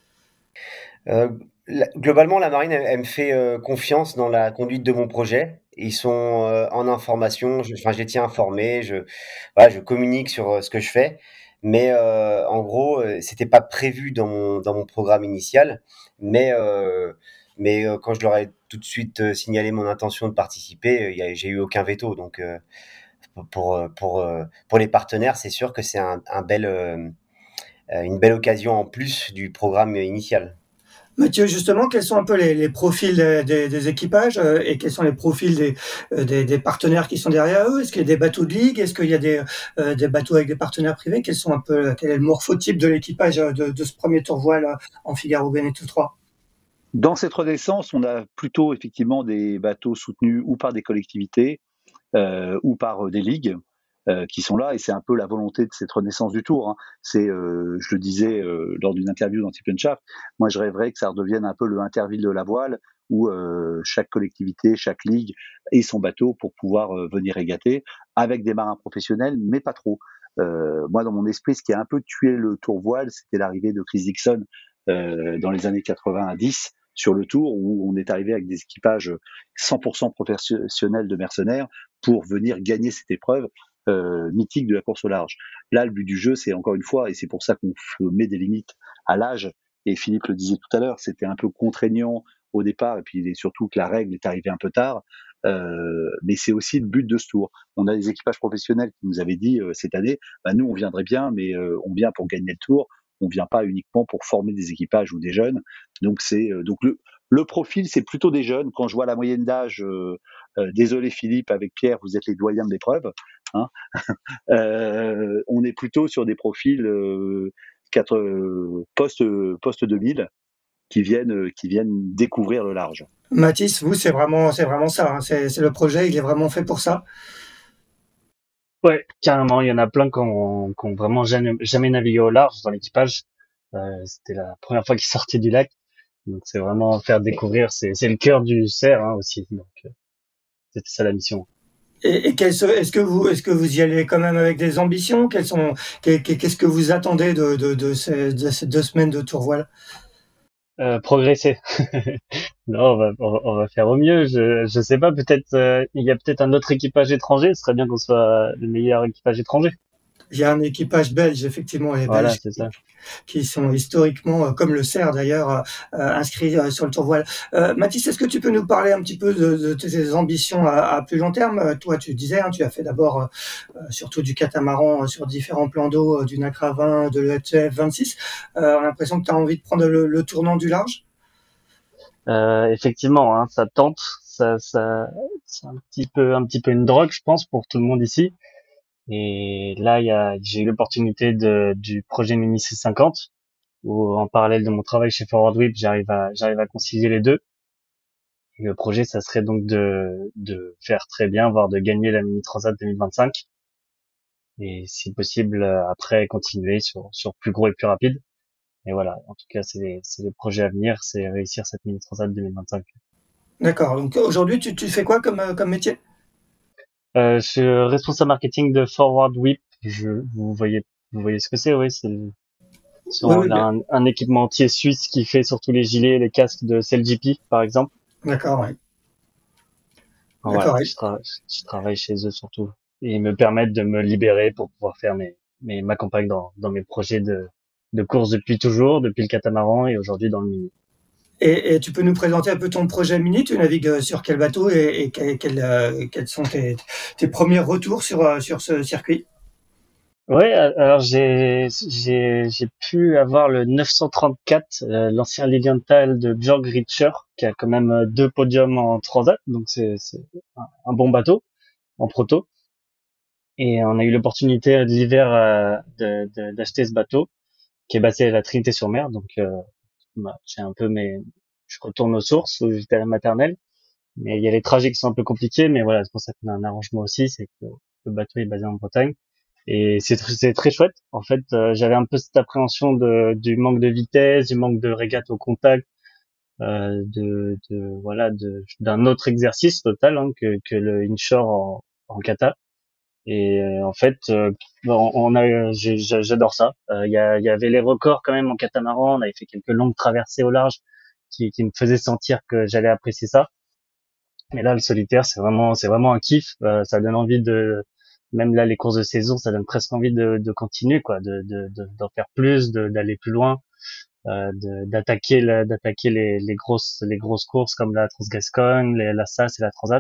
Euh, la- globalement, la marine, elle, elle me fait euh, confiance dans la conduite de mon projet. Ils sont euh, en information, je, enfin, je les tiens informés, je, voilà, je communique sur euh, ce que je fais. Mais euh, en gros, euh, c'était pas prévu dans mon, dans mon programme initial. Mais, euh, mais euh, quand je leur ai tout de suite euh, signalé mon intention de participer, euh, il y a- j'ai eu aucun veto. Donc, euh, pour, euh, pour, euh, pour les partenaires, c'est sûr que c'est un, un bel, euh, euh, une belle occasion en plus du programme initial. Mathieu, justement, quels sont un peu les, les profils des, des- des équipages euh, et quels sont les profils des, euh, des, des partenaires qui sont derrière eux? Est-ce qu'il y a des bateaux de ligue? Est-ce qu'il y a des, euh, des bateaux avec des partenaires privés? Quels sont un peu, quel est le morphotype de l'équipage euh, de, de ce premier tour voile euh, en Figaro Beneteau trois? Dans cette renaissance, on a plutôt effectivement des bateaux soutenus ou par des collectivités euh, ou par euh, des ligues euh, qui sont là, et c'est un peu la volonté de cette renaissance du Tour. Hein. C'est, euh, je le disais euh, lors d'une interview dans Tip and Shaft, moi je rêverais que ça redevienne un peu le Interville de la voile, où euh, chaque collectivité, chaque ligue ait son bateau pour pouvoir euh, venir régater, avec des marins professionnels, mais pas trop. Euh, moi, dans mon esprit, ce qui a un peu tué le Tour voile, c'était l'arrivée de Chris Dixon euh, dans les années quatre-vingt-dix sur le Tour, où on est arrivé avec des équipages cent pour cent professionnels de mercenaires pour venir gagner cette épreuve euh, mythique de la course au large. Là, le but du jeu, c'est encore une fois, et c'est pour ça qu'on met des limites à l'âge, et Philippe le disait tout à l'heure, c'était un peu contraignant au départ, et puis surtout que la règle est arrivée un peu tard, euh, mais c'est aussi le but de ce tour. On a des équipages professionnels qui nous avaient dit euh, cette année, bah, nous on viendrait bien, mais euh, on vient pour gagner le tour, On vient pas uniquement pour former des équipages ou des jeunes. Donc c'est euh, donc le le profil, c'est plutôt des jeunes. Quand je vois la moyenne d'âge, euh, euh, désolé Philippe, avec Pierre, vous êtes les doyens de l'épreuve. Hein, euh, on est plutôt sur des profils euh, quatre, euh, post post deux mille qui viennent qui viennent découvrir le large. Mathis, vous, c'est vraiment, c'est vraiment ça. Hein. C'est, c'est le projet, il est vraiment fait pour ça. Ouais, carrément. Il y en a plein qui ont, qui ont vraiment jamais, jamais navigué au large dans l'équipage. Euh, c'était la première fois qu'ils sortaient du lac. Donc c'est vraiment faire découvrir. C'est, c'est le cœur du C E R hein, aussi. Donc euh, c'était ça la mission. Et, et quelles se- est-ce que vous, est-ce que vous y allez quand même avec des ambitions? Quelles sont, qu'est- qu'est- qu'est-ce que vous attendez de, de, de ces, de ces deux semaines de tour voile? Euh, progresser. Non, on va, on va, on va faire au mieux. Je, je sais pas. Peut-être euh, il y a peut-être un autre équipage étranger. Ce serait bien qu'on soit le meilleur équipage étranger. Il y a un équipage belge, effectivement, les Voilà, Belges c'est ça. qui sont historiquement, euh, comme le C E R d'ailleurs, euh, euh, inscrits euh, sur le tour voile. Euh, Mathis, est-ce que tu peux nous parler un petit peu de, de tes ambitions à, à plus long terme? Euh, Toi, tu disais, hein, tu as fait d'abord euh, euh, surtout du catamaran euh, sur différents plans d'eau, euh, du Nacra vingt, de l'E T F vingt-six. Euh, on a l'impression que tu as envie de prendre le, le tournant du large. Euh, effectivement, hein, ça tente. Ça, ça, c'est un petit peu, un petit peu une drogue, je pense, pour tout le monde ici. Et là, il y a, j'ai eu l'opportunité de, du projet Mini C cinquante, où en parallèle de mon travail chez Forward Whip, j'arrive à, j'arrive à concilier les deux. Et le projet, ça serait donc de, de faire très bien, voire de gagner la Mini Transat deux mille vingt-cinq. Et si possible, euh, après, continuer sur, sur plus gros et plus rapide. Et voilà. En tout cas, c'est les, c'est les projets à venir, c'est réussir cette Mini Transat deux mille vingt-cinq. D'accord. Donc aujourd'hui, tu, tu fais quoi comme, euh, comme métier? Euh, je suis responsable marketing de Forward Whip. Je, vous voyez, vous voyez ce que c'est, oui, c'est sur Oui, oui, on a bien. un, un équipementier suisse qui fait surtout les gilets et les casques de C L G P, par exemple. D'accord, ouais. Enfin, voilà, D'accord. je, tra- je travaille chez eux surtout. Et ils me permettent de me libérer pour pouvoir faire mes, mes m'accompagner dans, dans mes projets de, de course depuis toujours, depuis le catamaran et aujourd'hui dans le mini. Et, et tu peux nous présenter un peu ton projet Mini? Tu navigues euh, sur quel bateau et, et quel- quel, euh, quels sont tes, tes premiers retours sur, euh, sur ce circuit? Ouais, alors j'ai j'ai j'ai pu avoir le neuf cent trente-quatre, euh, l'ancien Lilienthal de Björg Richter, qui a quand même euh, deux podiums en transat, donc c'est c'est un, un bon bateau en proto. Et on a eu l'opportunité de l'hiver euh, de- de- d'acheter ce bateau, qui est basé à la Trinité-sur-Mer, donc euh, bah, j'ai un peu mes, je retourne aux sources où j'étais à la maternelle, mais il y a les trajets qui sont un peu compliqués, mais voilà, c'est pour ça qu'on a un arrangement aussi, c'est que le bateau est basé en Bretagne. Et c'est tr- c'est très chouette. En fait, euh, j'avais un peu cette appréhension de, du manque de vitesse, du manque de régate au contact, euh, de, de voilà, de d'un autre exercice total hein, que que le inshore en, en kata. Et euh, en fait, euh, bon, on a, j'ai- j'a- j'adore ça. Euh, Il y, a, il y avait les records quand même en catamaran. On avait fait quelques longues traversées au large qui, qui me faisaient sentir que j'allais apprécier ça. Mais là, le solitaire, c'est vraiment, c'est vraiment un kiff. Euh, ça donne envie de, même là, les courses de saison, ça donne presque envie de, de continuer, quoi, de, de, de- d'en faire plus, de, d'aller plus loin, euh, de, d'attaquer, la- d'attaquer les, les grosses, les grosses courses comme la Transgascogne, les, la S A S et la Transat.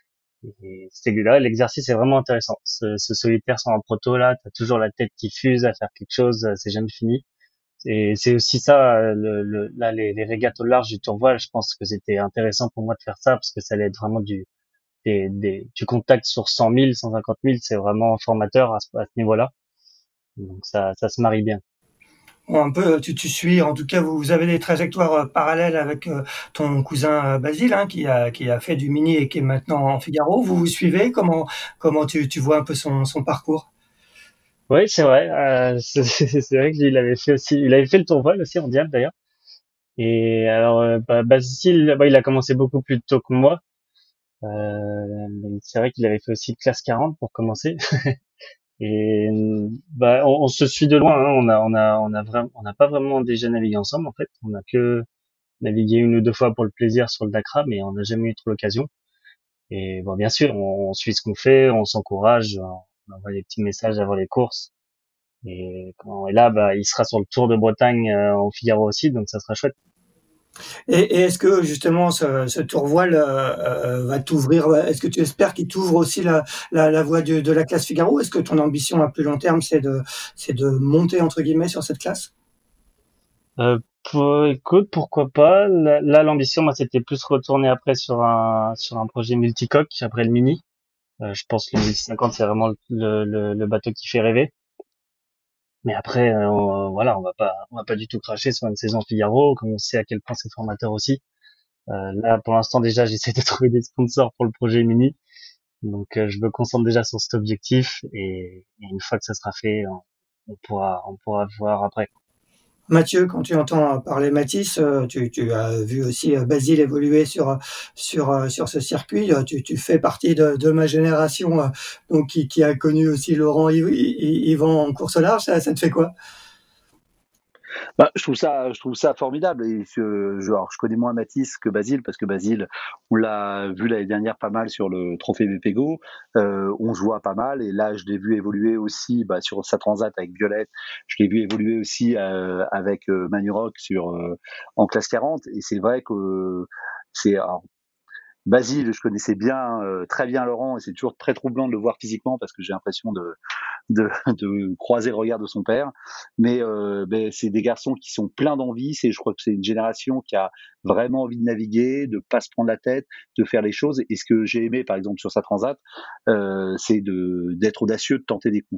Et celui-là, l'exercice est vraiment intéressant. Ce, ce solitaire sur un proto là, t'as toujours la tête qui fuse à faire quelque chose, euh, c'est jamais fini. Et c'est aussi ça, euh, le, le, là, les, les régates au large du tourvoile, je pense que c'était intéressant pour moi de faire ça parce que ça allait être vraiment du des, des, du contact sur cent mille, cent cinquante mille, c'est vraiment formateur à ce, à ce niveau-là. Donc ça, ça se marie bien. Bon, un peu, tu, tu suis, en tout cas, vous, vous avez des trajectoires euh, parallèles avec euh, ton cousin euh, Basile, hein, qui a, qui a fait du Mini et qui est maintenant en Figaro. Vous vous suivez? Comment, comment tu, tu vois un peu son, son parcours? Oui, c'est vrai. Euh, c'est c'est vrai qu'il avait fait aussi, il avait fait le tourvoile aussi en diable d'ailleurs. Et alors, euh, bah, Basile, bah, il a commencé beaucoup plus tôt que moi. Euh, mais c'est vrai qu'il avait fait aussi classe quarante pour commencer. Et bah, on, on se suit de loin. Hein. On a, on a, on a vraiment, on n'a pas vraiment déjà navigué ensemble en fait. On a que navigué une ou deux fois pour le plaisir sur le Dakar, mais on n'a jamais eu trop l'occasion. Et bon, bien sûr, on, on suit ce qu'on fait, on s'encourage, on envoie des petits messages avant les courses. Et, quand, et là, bah, il sera sur le Tour de Bretagne euh, en Figaro aussi, donc ça sera chouette. Et, et est-ce que justement ce, ce tour voile euh, euh, va t'ouvrir? Est-ce que tu espères qu'il t'ouvre aussi la, la, la voie de, de la classe Figaro? Est-ce que ton ambition à plus long terme, c'est de, c'est de monter entre guillemets sur cette classe? Euh, pour- écoute, pourquoi pas. Là, là, l'ambition, moi, c'était plus retourner après sur un sur un projet multicoque après le Mini. Euh, je pense que le mille cinquante, c'est vraiment le, le, le bateau qui fait rêver. Mais après, euh, on- voilà, on va pas on va pas du tout cracher sur une saison Figaro, comme on sait à quel point c'est formateur aussi. Euh, là, pour l'instant, déjà, j'essaie de trouver des sponsors pour le projet Mini. Donc, euh, je me concentre déjà sur cet objectif et, et une fois que ça sera fait, on, on pourra on pourra voir après. Mathieu, quand tu entends parler Mathis, euh, tu, tu as vu aussi euh, Basile évoluer sur sur euh, sur ce circuit. Euh, Tu, tu fais partie de, de ma génération, euh, donc qui, qui a connu aussi Laurent Yv- Yv- Yvan en course au large. Ça, ça te fait quoi? Bah, je trouve ça, je trouve ça formidable. Et je, je, alors, je connais moins Mathis que Basile parce que Basile, on l'a vu l'année dernière pas mal sur le Trophée B P Go. Euh, on se voit pas mal et là, je l'ai vu évoluer aussi bah, sur sa transat avec Violette. Je l'ai vu évoluer aussi euh, avec euh, Manu Rock sur euh, en classe quarante. Et c'est vrai que c'est alors, Basile, je connaissais bien, euh, très bien Laurent, et c'est toujours très troublant de le voir physiquement parce que j'ai l'impression de, de, de croiser le regard de son père. Mais euh, ben, c'est des garçons qui sont pleins d'envie. C'est, je crois que c'est une génération qui a vraiment envie de naviguer, de pas se prendre la tête, de faire les choses. Et ce que j'ai aimé, par exemple, sur sa transat, euh, c'est de, d'être audacieux, de tenter des coups.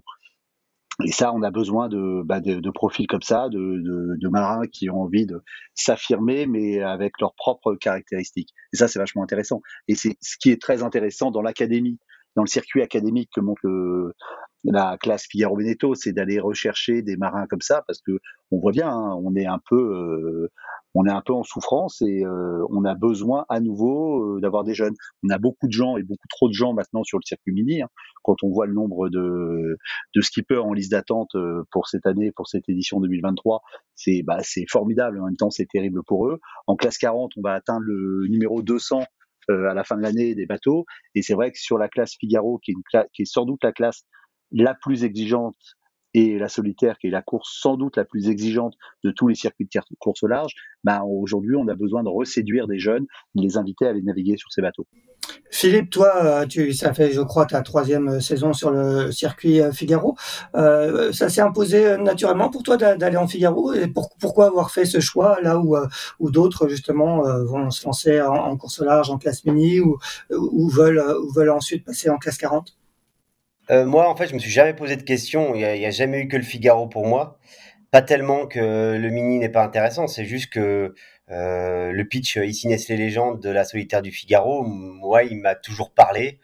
Et ça, on a besoin de, bah, de, de profils comme ça, de, de, de marins qui ont envie de s'affirmer, mais avec leurs propres caractéristiques. Et ça, c'est vachement intéressant. Et c'est ce qui est très intéressant dans l'académie, dans le circuit académique que montre le, la classe Figaro Beneteau, c'est d'aller rechercher des marins comme ça, parce que on voit bien, hein, on est un peu, euh, on est un peu en souffrance et euh, on a besoin à nouveau euh, d'avoir des jeunes. On a beaucoup de gens et beaucoup trop de gens maintenant sur le circuit mini. Hein, quand on voit le nombre de, de skippers en liste d'attente euh, pour cette année, pour cette édition deux mille vingt-trois, c'est bah, c'est formidable. En même temps, c'est terrible pour eux. En classe quarante, on va atteindre le numéro deux cents euh, à la fin de l'année des bateaux. Et c'est vrai que sur la classe Figaro, qui est, une cla- qui est sans doute la classe la plus exigeante et la solitaire, qui est la course sans doute la plus exigeante de tous les circuits de course au large, bah, aujourd'hui, on a besoin de reséduire des jeunes, de les inviter à aller naviguer sur ces bateaux. Philippe, toi, euh, tu, ça fait, je crois, ta troisième saison sur le circuit euh, Figaro. Euh, ça s'est imposé euh, naturellement pour toi d'a- d'aller en Figaro et pour- pourquoi avoir fait ce choix là où, euh, où d'autres justement euh, vont se lancer en, en course au large, en classe mini ou, ou veulent, euh, ou veulent ensuite passer en classe quarante? Euh, moi, en fait, je me suis jamais posé de questions. Il y a, il y a jamais eu que le Figaro pour moi. Pas tellement que le mini n'est pas intéressant, c'est juste que euh, le pitch euh, Ici naissent les légendes de la solitaire du Figaro, moi, il m'a toujours parlé.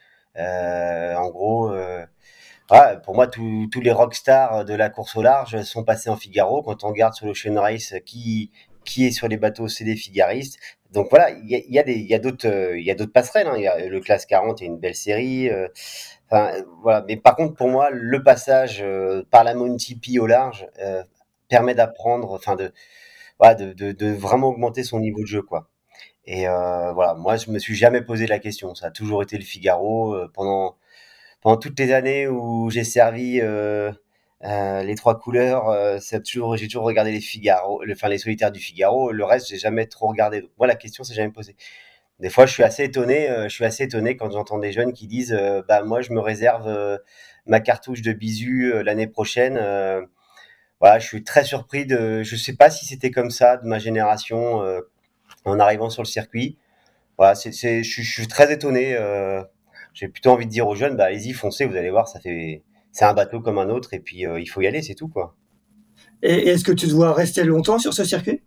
Euh, en gros, euh, voilà, pour moi, tous tous les rockstars de la course au large sont passés en Figaro. Quand on regarde sur l'Ocean Race, qui qui est sur les bateaux, c'est des figaristes. Donc voilà, il y a, il y a des, il y a d'autres, euh, il y a d'autres passerelles. Hein. Il y a le Classe quarante, il y a une belle série. euh, Enfin, euh, voilà. Mais par contre, pour moi, le passage euh, par la Monty P au large euh, permet d'apprendre, enfin de, voilà, de, de, de vraiment augmenter son niveau de jeu, quoi. Et euh, voilà, moi, je me suis jamais posé la question. Ça a toujours été le Figaro euh, pendant pendant toutes les années où j'ai servi euh, euh, les trois couleurs. Euh, ça a toujours, j'ai toujours regardé les Figaro, le- enfin les solitaires du Figaro. Le reste, j'ai jamais trop regardé. Donc, moi, la question s'est jamais posée. Des fois, je suis assez étonné. euh, je suis assez étonné quand j'entends des jeunes qui disent, euh, bah moi, je me réserve euh, ma cartouche de Bisu euh, l'année prochaine. Euh, voilà, je suis très surpris de. Je sais pas si c'était comme ça de ma génération euh, en arrivant sur le circuit. Voilà, c'est, c'est, je, suis- je suis très étonné. Euh, j'ai plutôt envie de dire aux jeunes, bah allez-y, foncez, vous allez voir, ça fait, c'est un bateau comme un autre, et puis euh, il faut y aller, c'est tout, quoi. Et est-ce que tu dois rester longtemps sur ce circuit?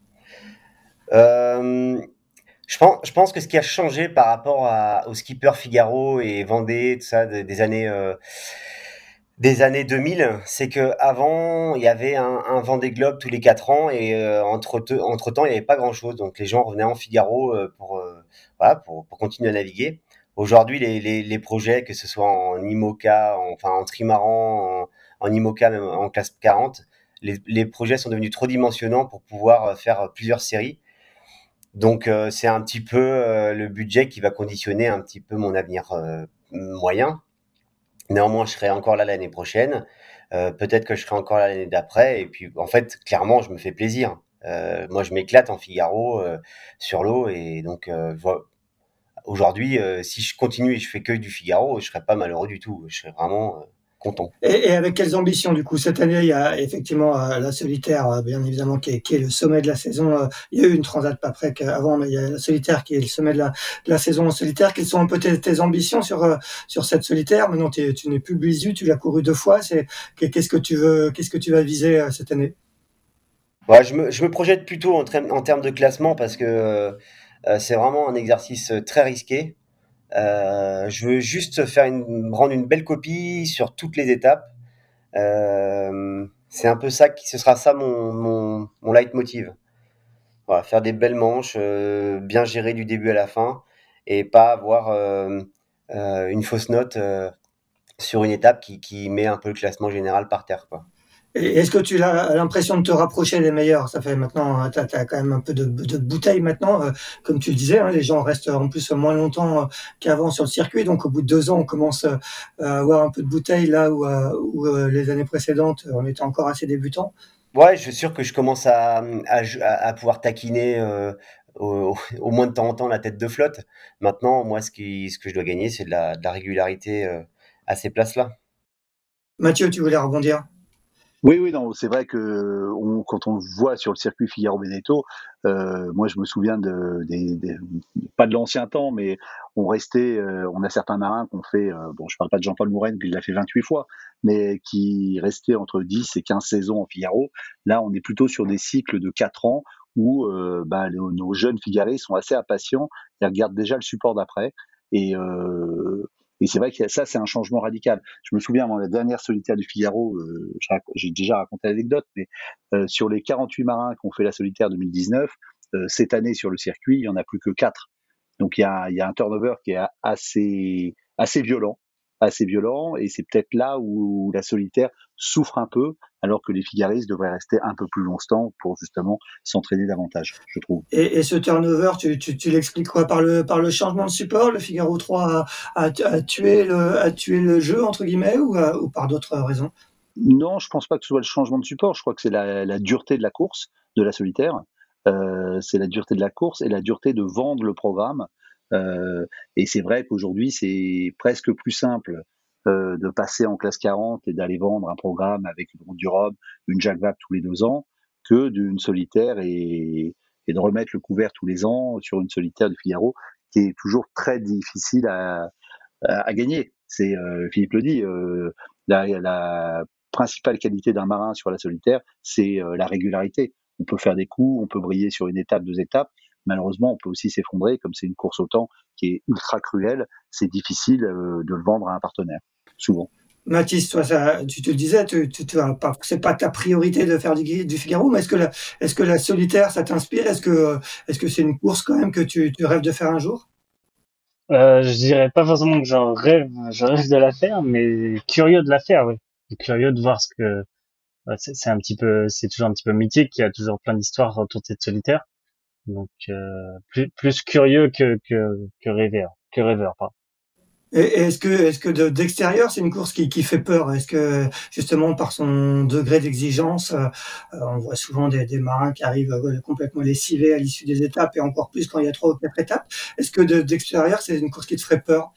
Euh, je pense, je pense que ce qui a changé par rapport à, au skipper Figaro et Vendée, tout ça, de- des années, euh, des années deux mille, c'est que avant il y avait un, un Vendée Globe tous les quatre ans et euh, entre, entre temps il n'y avait pas grand chose, donc les gens revenaient en Figaro euh, pour, euh, voilà, pour, pour continuer à naviguer. Aujourd'hui, les, les, les projets, que ce soit en IMOCA, en, enfin en trimaran, en, en IMOCA, même en classe quarante, les, les projets sont devenus trop dimensionnants pour pouvoir faire plusieurs séries. Donc euh, c'est un petit peu euh, le budget qui va conditionner un petit peu mon avenir euh, moyen. Néanmoins, je serai encore là l'année prochaine. Euh, peut-être que je serai encore là l'année d'après. Et puis, en fait, clairement, je me fais plaisir. Euh, moi, je m'éclate en Figaro euh, sur l'eau. Et donc, euh, vo- aujourd'hui, euh, si je continue et je fais que du Figaro, je serai pas malheureux du tout. Je serai vraiment. euh, content. Et, et avec quelles ambitions du coup? Cette année, il y a effectivement euh, la solitaire, euh, bien évidemment, qui est, qui est le sommet de la saison. Euh, il y a eu une transat pas près avant, mais il y a la solitaire qui est le sommet de la, de la saison en solitaire. Quelles sont un peu tes, tes ambitions sur euh, sur cette solitaire? Maintenant, tu n'es plus Blizu, tu l'as couru deux fois. C'est qu'est-ce que tu veux, qu'est-ce que tu vas viser euh, cette année? Ouais, je me, je me projette plutôt en, tra- en termes de classement parce que euh, c'est vraiment un exercice très risqué. Euh, je veux juste faire une, rendre une belle copie sur toutes les étapes. Euh, c'est un peu ça qui, ce sera ça mon, mon, mon leitmotiv. Voilà, faire des belles manches, euh, bien gérer du début à la fin et pas avoir euh, euh, une fausse note euh, sur une étape qui, qui met un peu le classement général par terre, quoi. Et est-ce que tu as l'impression de te rapprocher des meilleurs? Ça fait maintenant, tu as quand même un peu de, de bouteille maintenant. euh, Comme tu le disais, hein, les gens restent en plus moins longtemps euh, qu'avant sur le circuit. Donc au bout de deux ans, on commence euh, à avoir un peu de bouteille là où, euh, où euh, les années précédentes, on était encore assez débutants. Ouais, je suis sûr que je commence à, à, jou- à- à pouvoir taquiner euh, au, au moins de temps en temps la tête de flotte. Maintenant, moi, ce qui, ce que je dois gagner, c'est de la, de la régularité euh, à ces places-là. Mathieu, tu voulais rebondir? Oui, oui, non, c'est vrai que on, quand on voit sur le circuit Figaro-Benetton, euh, moi je me souviens de, des, des- pas de l'ancien temps, mais on restait, euh, on a certains marins qui ont fait, euh, bon, je parle pas de Jean-Paul Mourenne qui l'a fait vingt-huit fois, mais qui restaient entre dix et quinze saisons en Figaro. Là, on est plutôt sur des cycles de quatre ans où euh, bah, nos, nos jeunes Figarés sont assez impatients, ils regardent déjà le support d'après. Et, euh, et c'est vrai que ça, c'est un changement radical. Je me souviens, dans la dernière solitaire du Figaro, euh, j'ai déjà raconté l'anecdote, mais euh, sur les quarante-huit marins qui ont fait la solitaire deux mille dix-neuf, euh, cette année sur le circuit, il n'y en a plus que quatre. Donc il y a, il y a un turnover qui est assez, assez violent, assez violent, et c'est peut-être là où la solitaire souffre un peu, alors que les figaristes devraient rester un peu plus longtemps pour justement s'entraîner davantage, je trouve. Et, et ce turnover, tu, tu, tu l'expliques quoi? Par le, par le changement de support? Le Figaro trois a, a, a tué, le, a tué le jeu, entre guillemets, ou, euh, ou par d'autres raisons? Non, je pense pas que ce soit le changement de support. Je crois que c'est la, la dureté de la course, de la solitaire. Euh, c'est la dureté de la course et la dureté de vendre le programme. Euh, et c'est vrai qu'aujourd'hui, c'est presque plus simple euh, de passer en classe quarante et d'aller vendre un programme avec une route du Rhum, une Jacques Vabre tous les deux ans, que d'une solitaire et, et de remettre le couvert tous les ans sur une solitaire du Figaro, qui est toujours très difficile à, à, à gagner. C'est euh, Philippe le dit. Euh, la, la principale qualité d'un marin sur la solitaire, c'est euh, la régularité. On peut faire des coups, on peut briller sur une étape, deux étapes. Malheureusement, on peut aussi s'effondrer, comme c'est une course au temps qui est ultra cruelle. C'est difficile euh, de le vendre à un partenaire, souvent. Mathis, toi, ça, tu te le disais, tu, tu, tu vas pas, c'est pas ta priorité de faire du, du Figaro, mais est-ce que la, est-ce que la solitaire, ça t'inspire? Est-ce que, est-ce que c'est une course quand même que tu, tu rêves de faire un jour? Euh, je dirais pas forcément que j'en rêve, je rêve de la faire, mais curieux de la faire, oui. Curieux de voir ce que, ouais, c'est c'est un petit peu, c'est toujours un petit peu mythique, il y a toujours plein d'histoires autour de cette solitaire. Donc, euh, plus, plus curieux que, que, que rêveur, que rêveur, pardon. Et, et est-ce que, est-ce que de, d'extérieur, c'est une course qui, qui fait peur? Est-ce que, justement, par son degré d'exigence, euh, on voit souvent des, des marins qui arrivent euh, complètement lessivés à l'issue des étapes et encore plus quand il y a trois ou quatre étapes. Est-ce que de, d'extérieur, c'est une course qui te ferait peur?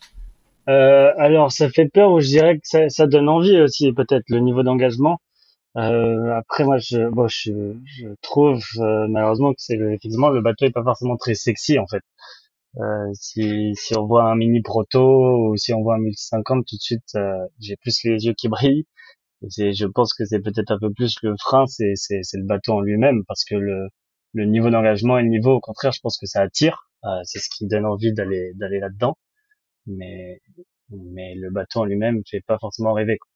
Euh, alors, ça fait peur ou je dirais que ça, ça donne envie aussi, peut-être, le niveau d'engagement. Euh, après, moi, je, bon, je, je trouve, euh, malheureusement que c'est le- effectivement, le bateau est pas forcément très sexy, en fait. Euh, si, si on voit un mini proto ou si on voit un multi cinquante, tout de suite, euh, j'ai plus les yeux qui brillent. Et c'est, je pense que c'est peut-être un peu plus le frein, c'est, c'est, c'est le bateau en lui-même, parce que le, le niveau d'engagement et le niveau, au contraire, je pense que ça attire. Euh, c'est ce qui donne envie d'aller, d'aller là-dedans. Mais, mais le bateau en lui-même fait pas forcément rêver, quoi.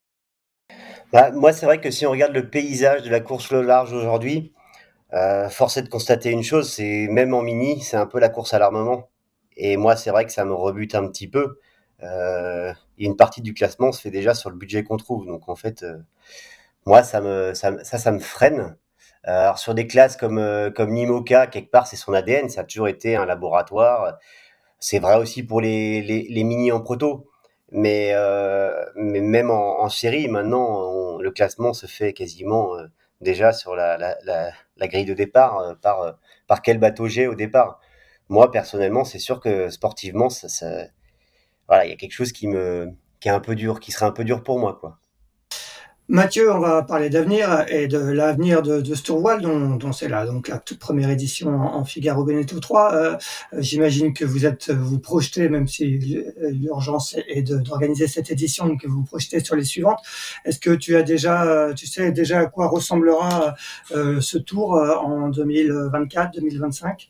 Bah, moi, c'est vrai que si on regarde le paysage de la course au large aujourd'hui, euh, force est de constater une chose, c'est même en mini, c'est un peu la course à l'armement. Et moi, c'est vrai que ça me rebute un petit peu. Euh, et une partie du classement se fait déjà sur le budget qu'on trouve. Donc en fait, euh, moi, ça me, ça, me- ça, ça me freine. Euh, alors sur des classes comme euh, comme l'IMOCA, quelque part, c'est son A D N. Ça a toujours été un laboratoire. C'est vrai aussi pour les, les, les mini en proto. Mais, euh, mais même en, en série, maintenant, on- le classement se fait quasiment euh, déjà sur la, la, la, la grille de départ, euh, par, euh, par quel bateau j'ai au départ. Moi, personnellement, c'est sûr que sportivement, ça, ça- voilà, il y a quelque chose qui me, qui est un peu dur, qui sera un peu dur pour moi, quoi. Mathieu, on va parler d'avenir et de l'avenir de, de ce tourvoile dont, dont c'est là, donc la toute première édition en, en Figaro Beneteau trois. Euh, j'imagine que vous êtes, vous projetez, même si l'urgence est de, d'organiser cette édition, que vous vous projetez sur les suivantes. Est-ce que tu as déjà, tu sais déjà à quoi ressemblera euh, ce tour en deux mille vingt-quatre, deux mille vingt-cinq?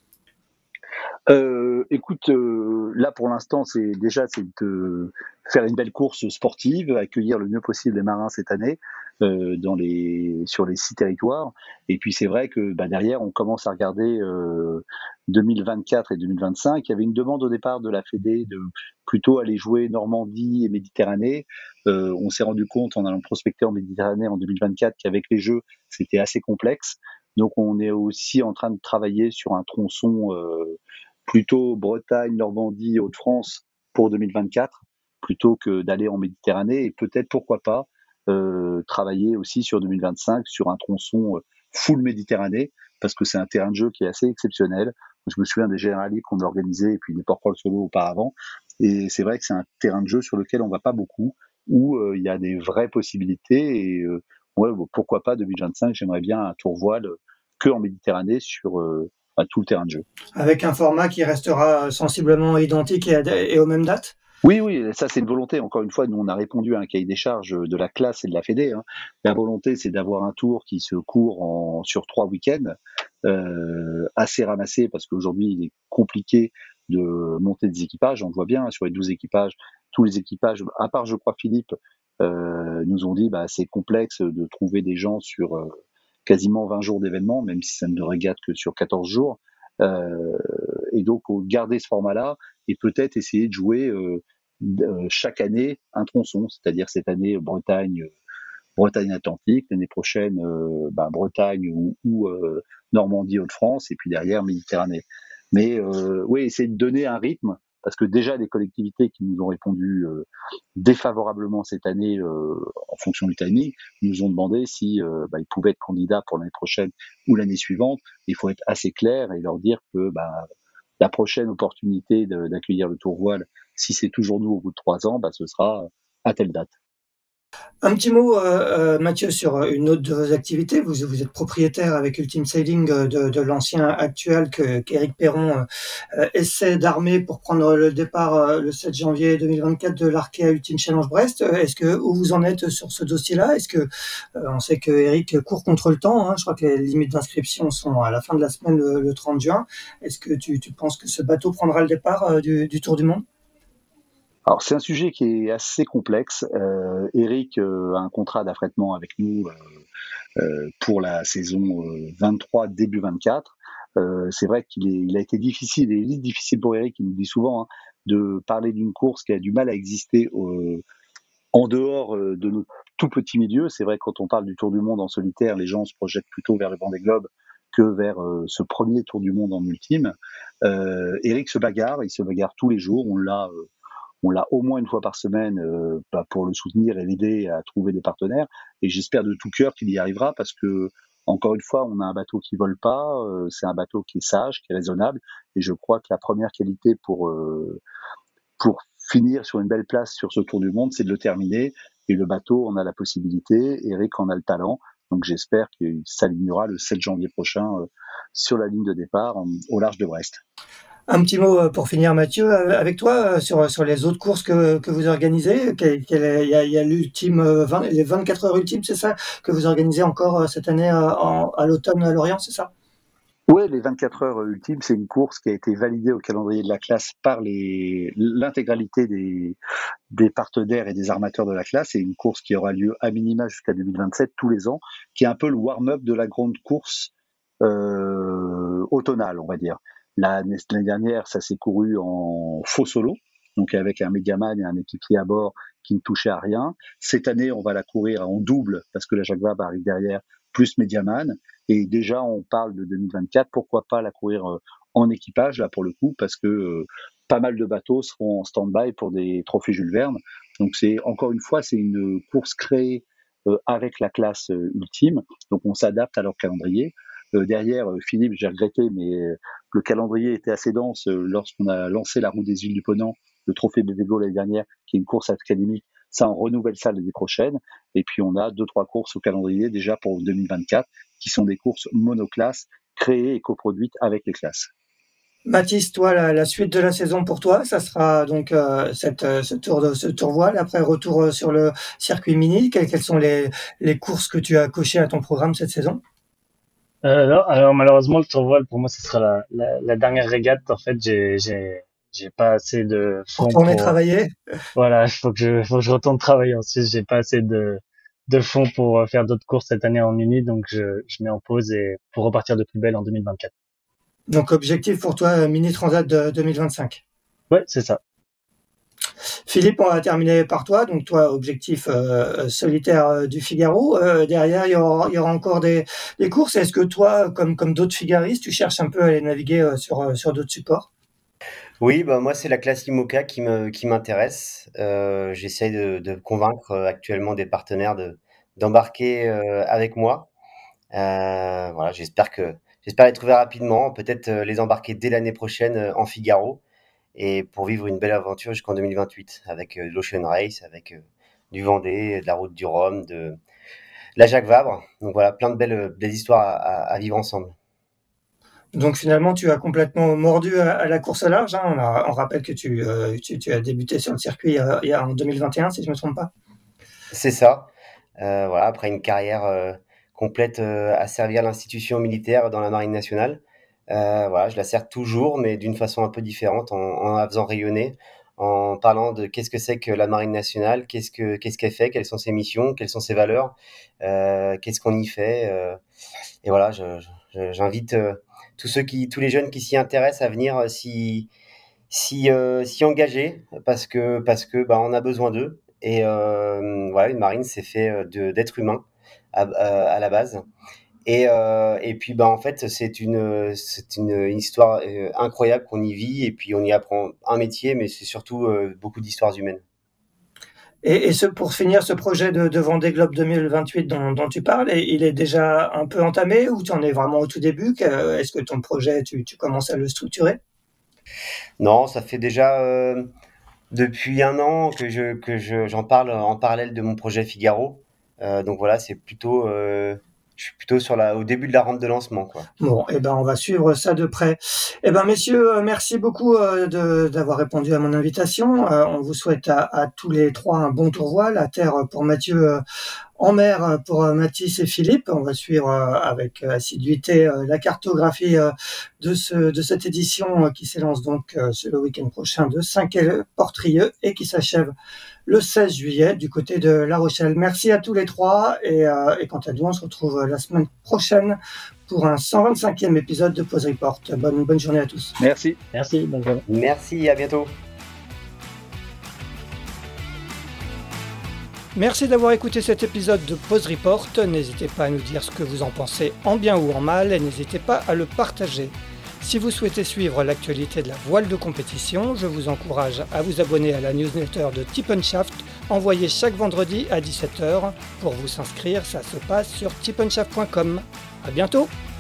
Euh, écoute, euh, là pour l'instant, c'est déjà c'est de faire une belle course sportive, accueillir le mieux possible les marins cette année euh, dans les sur les six territoires. Et puis c'est vrai que bah, derrière, on commence à regarder euh, deux mille vingt-quatre et deux mille vingt-cinq. Il y avait une demande au départ de la Fédé de plutôt aller jouer Normandie et Méditerranée. Euh, on s'est rendu compte en allant prospecter en Méditerranée en deux mille vingt-quatre qu'avec les Jeux, c'était assez complexe. Donc on est aussi en train de travailler sur un tronçon euh, plutôt Bretagne, Normandie, Hauts-de-France pour deux mille vingt-quatre, plutôt que d'aller en Méditerranée et peut-être, pourquoi pas, euh, travailler aussi sur deux mille vingt-cinq sur un tronçon euh, full Méditerranée, parce que c'est un terrain de jeu qui est assez exceptionnel. Je me souviens des Generali qu'on a organisés et puis des Portfolio Solo auparavant, et c'est vrai que c'est un terrain de jeu sur lequel on va pas beaucoup, où euh, il y a des vraies possibilités, et euh, ouais, bon, pourquoi pas deux mille vingt-cinq, j'aimerais bien un tour voile que en Méditerranée sur euh, à tout le terrain de jeu. Avec un format qui restera sensiblement identique et, à, et aux mêmes dates? Oui, oui, ça c'est une volonté. Encore une fois, nous on a répondu à un cahier des charges de la classe et de la Fédé. Hein. La volonté, c'est d'avoir un tour qui se court en, sur trois week-ends, euh, assez ramassé parce qu'aujourd'hui il est compliqué de monter des équipages. On le voit bien sur les douze équipages, tous les équipages, à part je crois Philippe, euh, nous ont dit bah c'est complexe de trouver des gens sur euh, quasiment vingt jours d'événements, même si ça ne régate que sur quatorze jours. Euh, et donc garder ce format-là et peut-être essayer de jouer euh, chaque année un tronçon, c'est-à-dire cette année Bretagne, Bretagne Atlantique, l'année prochaine euh, bah, Bretagne ou, ou euh, Normandie Hauts-de-France et puis derrière Méditerranée. Mais euh, oui, essayer de donner un rythme parce que déjà les collectivités qui nous ont répondu euh, défavorablement cette année euh, en fonction du timing nous ont demandé si euh, bah, ils pouvaient être candidats pour l'année prochaine ou l'année suivante. Il faut être assez clair et leur dire que bah, la prochaine opportunité de, d'accueillir le Tour Voile, si c'est toujours nous au bout de trois ans, bah, ce sera à telle date. Un petit mot, euh, Mathieu, sur une autre de vos activités. Vous, vous êtes propriétaire avec Ultime Sailing de, de l'ancien actuel que, qu'Éric Perron euh, essaie d'armer pour prendre le départ euh, le sept janvier deux mille vingt-quatre de l'Arkea Ultime Challenge Brest. Est-ce que où vous en êtes sur ce dossier-là? Est-ce que euh, on sait que Éric court contre le temps, hein, je crois que les limites d'inscription sont à la fin de la semaine le, le trente juin. Est-ce que tu, tu penses que ce bateau prendra le départ euh, du, du Tour du Monde? Alors c'est un sujet qui est assez complexe. Euh, Eric euh, a un contrat d'affrètement avec nous euh, euh, pour la saison euh, vingt-trois, début vingt-quatre. Euh, c'est vrai qu'il est, il a été difficile, et il est difficile pour Eric, il nous dit souvent, hein, de parler d'une course qui a du mal à exister euh, en dehors euh, de notre tout petit milieu. C'est vrai que quand on parle du Tour du Monde en solitaire, les gens se projettent plutôt vers le Vendée Globe que vers euh, ce premier Tour du Monde en ultime. Euh, Eric se bagarre, il se bagarre tous les jours. On l'a euh, On l'a au moins une fois par semaine euh, bah, pour le soutenir et l'aider à trouver des partenaires. Et j'espère de tout cœur qu'il y arrivera parce que, encore une fois, on a un bateau qui vole pas. Euh, c'est un bateau qui est sage, qui est raisonnable. Et je crois que la première qualité pour euh, pour finir sur une belle place sur ce Tour du Monde, c'est de le terminer. Et le bateau en a la possibilité. Eric en a le talent. Donc j'espère qu'il s'alignera le sept janvier prochain euh, sur la ligne de départ en, au large de Brest. Un petit mot pour finir, Mathieu, avec toi sur sur les autres courses que que vous organisez. Quel, quel, il y a, il y a l'ultime vingt, les vingt-quatre heures ultimes, c'est ça, que vous organisez encore cette année en, à l'automne à Lorient, c'est ça? Ouais, les vingt-quatre heures ultimes, c'est une course qui a été validée au calendrier de la classe par les l'intégralité des des partenaires et des armateurs de la classe. C'est une course qui aura lieu à minima jusqu'à deux mille vingt-sept tous les ans, qui est un peu le warm-up de la grande course euh, automnale, on va dire. L'année dernière, ça s'est couru en faux solo, donc avec un mégaman et un équipier à bord qui ne touchait à rien. Cette année, on va la courir en double parce que la Jacques Vabre arrive derrière, plus médiaman. Et déjà, on parle de deux mille vingt-quatre. Pourquoi pas la courir en équipage, là, pour le coup, parce que euh, pas mal de bateaux seront en stand-by pour des trophées Jules Verne. Donc, c'est encore une fois, c'est une course créée euh, avec la classe euh, ultime. Donc, on s'adapte à leur calendrier. Euh, derrière, euh, Philippe, j'ai regretté, mais euh, le calendrier était assez dense euh, lorsqu'on a lancé la route des îles du Ponant. le trophée B V Go l'année dernière, qui est une course académique. Ça, on renouvelle ça l'année prochaine. Et puis, on a deux, trois courses au calendrier déjà pour deux mille vingt-quatre, qui sont des courses monoclasses créées et coproduites avec les classes. Mathis, toi, la, la suite de la saison pour toi, ça sera donc euh, cette, euh, ce tour de ce tour voile, après retour euh, sur le circuit mini. Quelles, quelles sont les, les courses que tu as cochées à ton programme cette saison? Euh, non, alors malheureusement le tour voile pour moi ce sera la, la, la dernière régate. En fait, j'ai j'ai j'ai pas assez de Pour fonds tourner pour travailler? voilà, il faut que je faut que je retourne travailler ensuite. J'ai pas assez de de fonds pour euh, faire d'autres courses cette année en mini, donc je je mets en pause et pour repartir de plus belle en deux mille vingt-quatre. Donc objectif pour toi, euh, Mini Transat de deux mille vingt-cinq. Ouais, c'est ça. Philippe, on va terminer par toi. Donc toi, objectif euh, solitaire euh, du Figaro. Euh, derrière, il y aura, il y aura encore des, des courses. Est-ce que toi, comme, comme d'autres figaristes, tu cherches un peu à aller naviguer euh, sur, euh, sur d'autres supports? Oui, bah moi c'est la classe IMOCA qui me qui m'intéresse. Euh, j'essaye de, de convaincre euh, actuellement des partenaires de d'embarquer euh, avec moi. Euh, voilà, j'espère que j'espère les trouver rapidement, peut-être euh, les embarquer dès l'année prochaine euh, en Figaro et pour vivre une belle aventure jusqu'en deux mille vingt-huit avec euh, l'Ocean Race, avec euh, du Vendée, de la Route du Rhum, de la Jacques Vabre. Donc voilà, plein de belles belles histoires à, à- à vivre ensemble. Donc finalement, tu as complètement mordu à, à la course au large. Hein. On, a- on rappelle que tu, euh, tu, tu as débuté sur le circuit euh, il y a en deux mille vingt et un, si je ne me trompe pas. C'est ça. Euh, voilà, après une carrière euh, complète euh, à servir l'institution militaire dans la Marine nationale. Euh, voilà, je la sers toujours, mais d'une façon un peu différente, en, en la faisant rayonner, en parlant de qu'est-ce que c'est que la Marine nationale, qu'est-ce que qu'est-ce qu'elle fait, quelles sont ses missions, quelles sont ses valeurs, euh, qu'est-ce qu'on y fait. Euh, et voilà, je- je- j'invite euh, tous ceux qui, tous les jeunes qui s'y intéressent à venir euh, s'y s'y euh, s'y engager parce que parce que bah on a besoin d'eux et euh, voilà, une marine c'est fait euh, de d'êtres humains à, à, à la base et euh, et puis bah en fait c'est une c'est une, une histoire euh, incroyable qu'on y vit et puis on y apprend un métier mais c'est surtout euh, beaucoup d'histoires humaines. Et, et ce, pour finir, ce projet de, de Vendée Globe deux mille vingt-huit dont, dont tu parles, et- il est déjà un peu entamé ou tu en es vraiment au tout début? Que- Est-ce que ton projet, tu, tu commences à le structurer? Non, ça fait déjà euh, depuis un an que je que je j'en parle en parallèle de mon projet Figaro. Euh, donc voilà, c'est plutôt euh, je suis plutôt sur la au début de la rampe de lancement quoi. Bon, eh ben, on va suivre ça de près. Eh ben, messieurs, euh, merci beaucoup euh, de, d'avoir répondu à mon invitation. Euh, on vous souhaite à, à tous les trois un bon tour voile, à terre pour Mathieu, euh, en mer euh, pour euh, Mathis et Philippe. On va suivre euh, avec euh, assiduité euh, la cartographie euh, de, ce, de cette édition euh, qui s'élance donc euh, le week-end prochain de Saint-Quay-Portrieux et qui s'achève le seize juillet du côté de La Rochelle. Merci à tous les trois et, euh, et quant à nous, on se retrouve euh, la semaine prochaine pour un cent vingt-cinquième épisode de Pause Report. Bonne, bonne journée à tous. Merci. Merci, bonne journée. Merci, à bientôt. Merci d'avoir écouté cet épisode de Pause Report. N'hésitez pas à nous dire ce que vous en pensez en bien ou en mal et n'hésitez pas à le partager. Si vous souhaitez suivre l'actualité de la voile de compétition, je vous encourage à vous abonner à la newsletter de Tip and Shaft, envoyée chaque vendredi à dix-sept heures. Pour vous inscrire, ça se passe sur tip and shaft point com. À bientôt!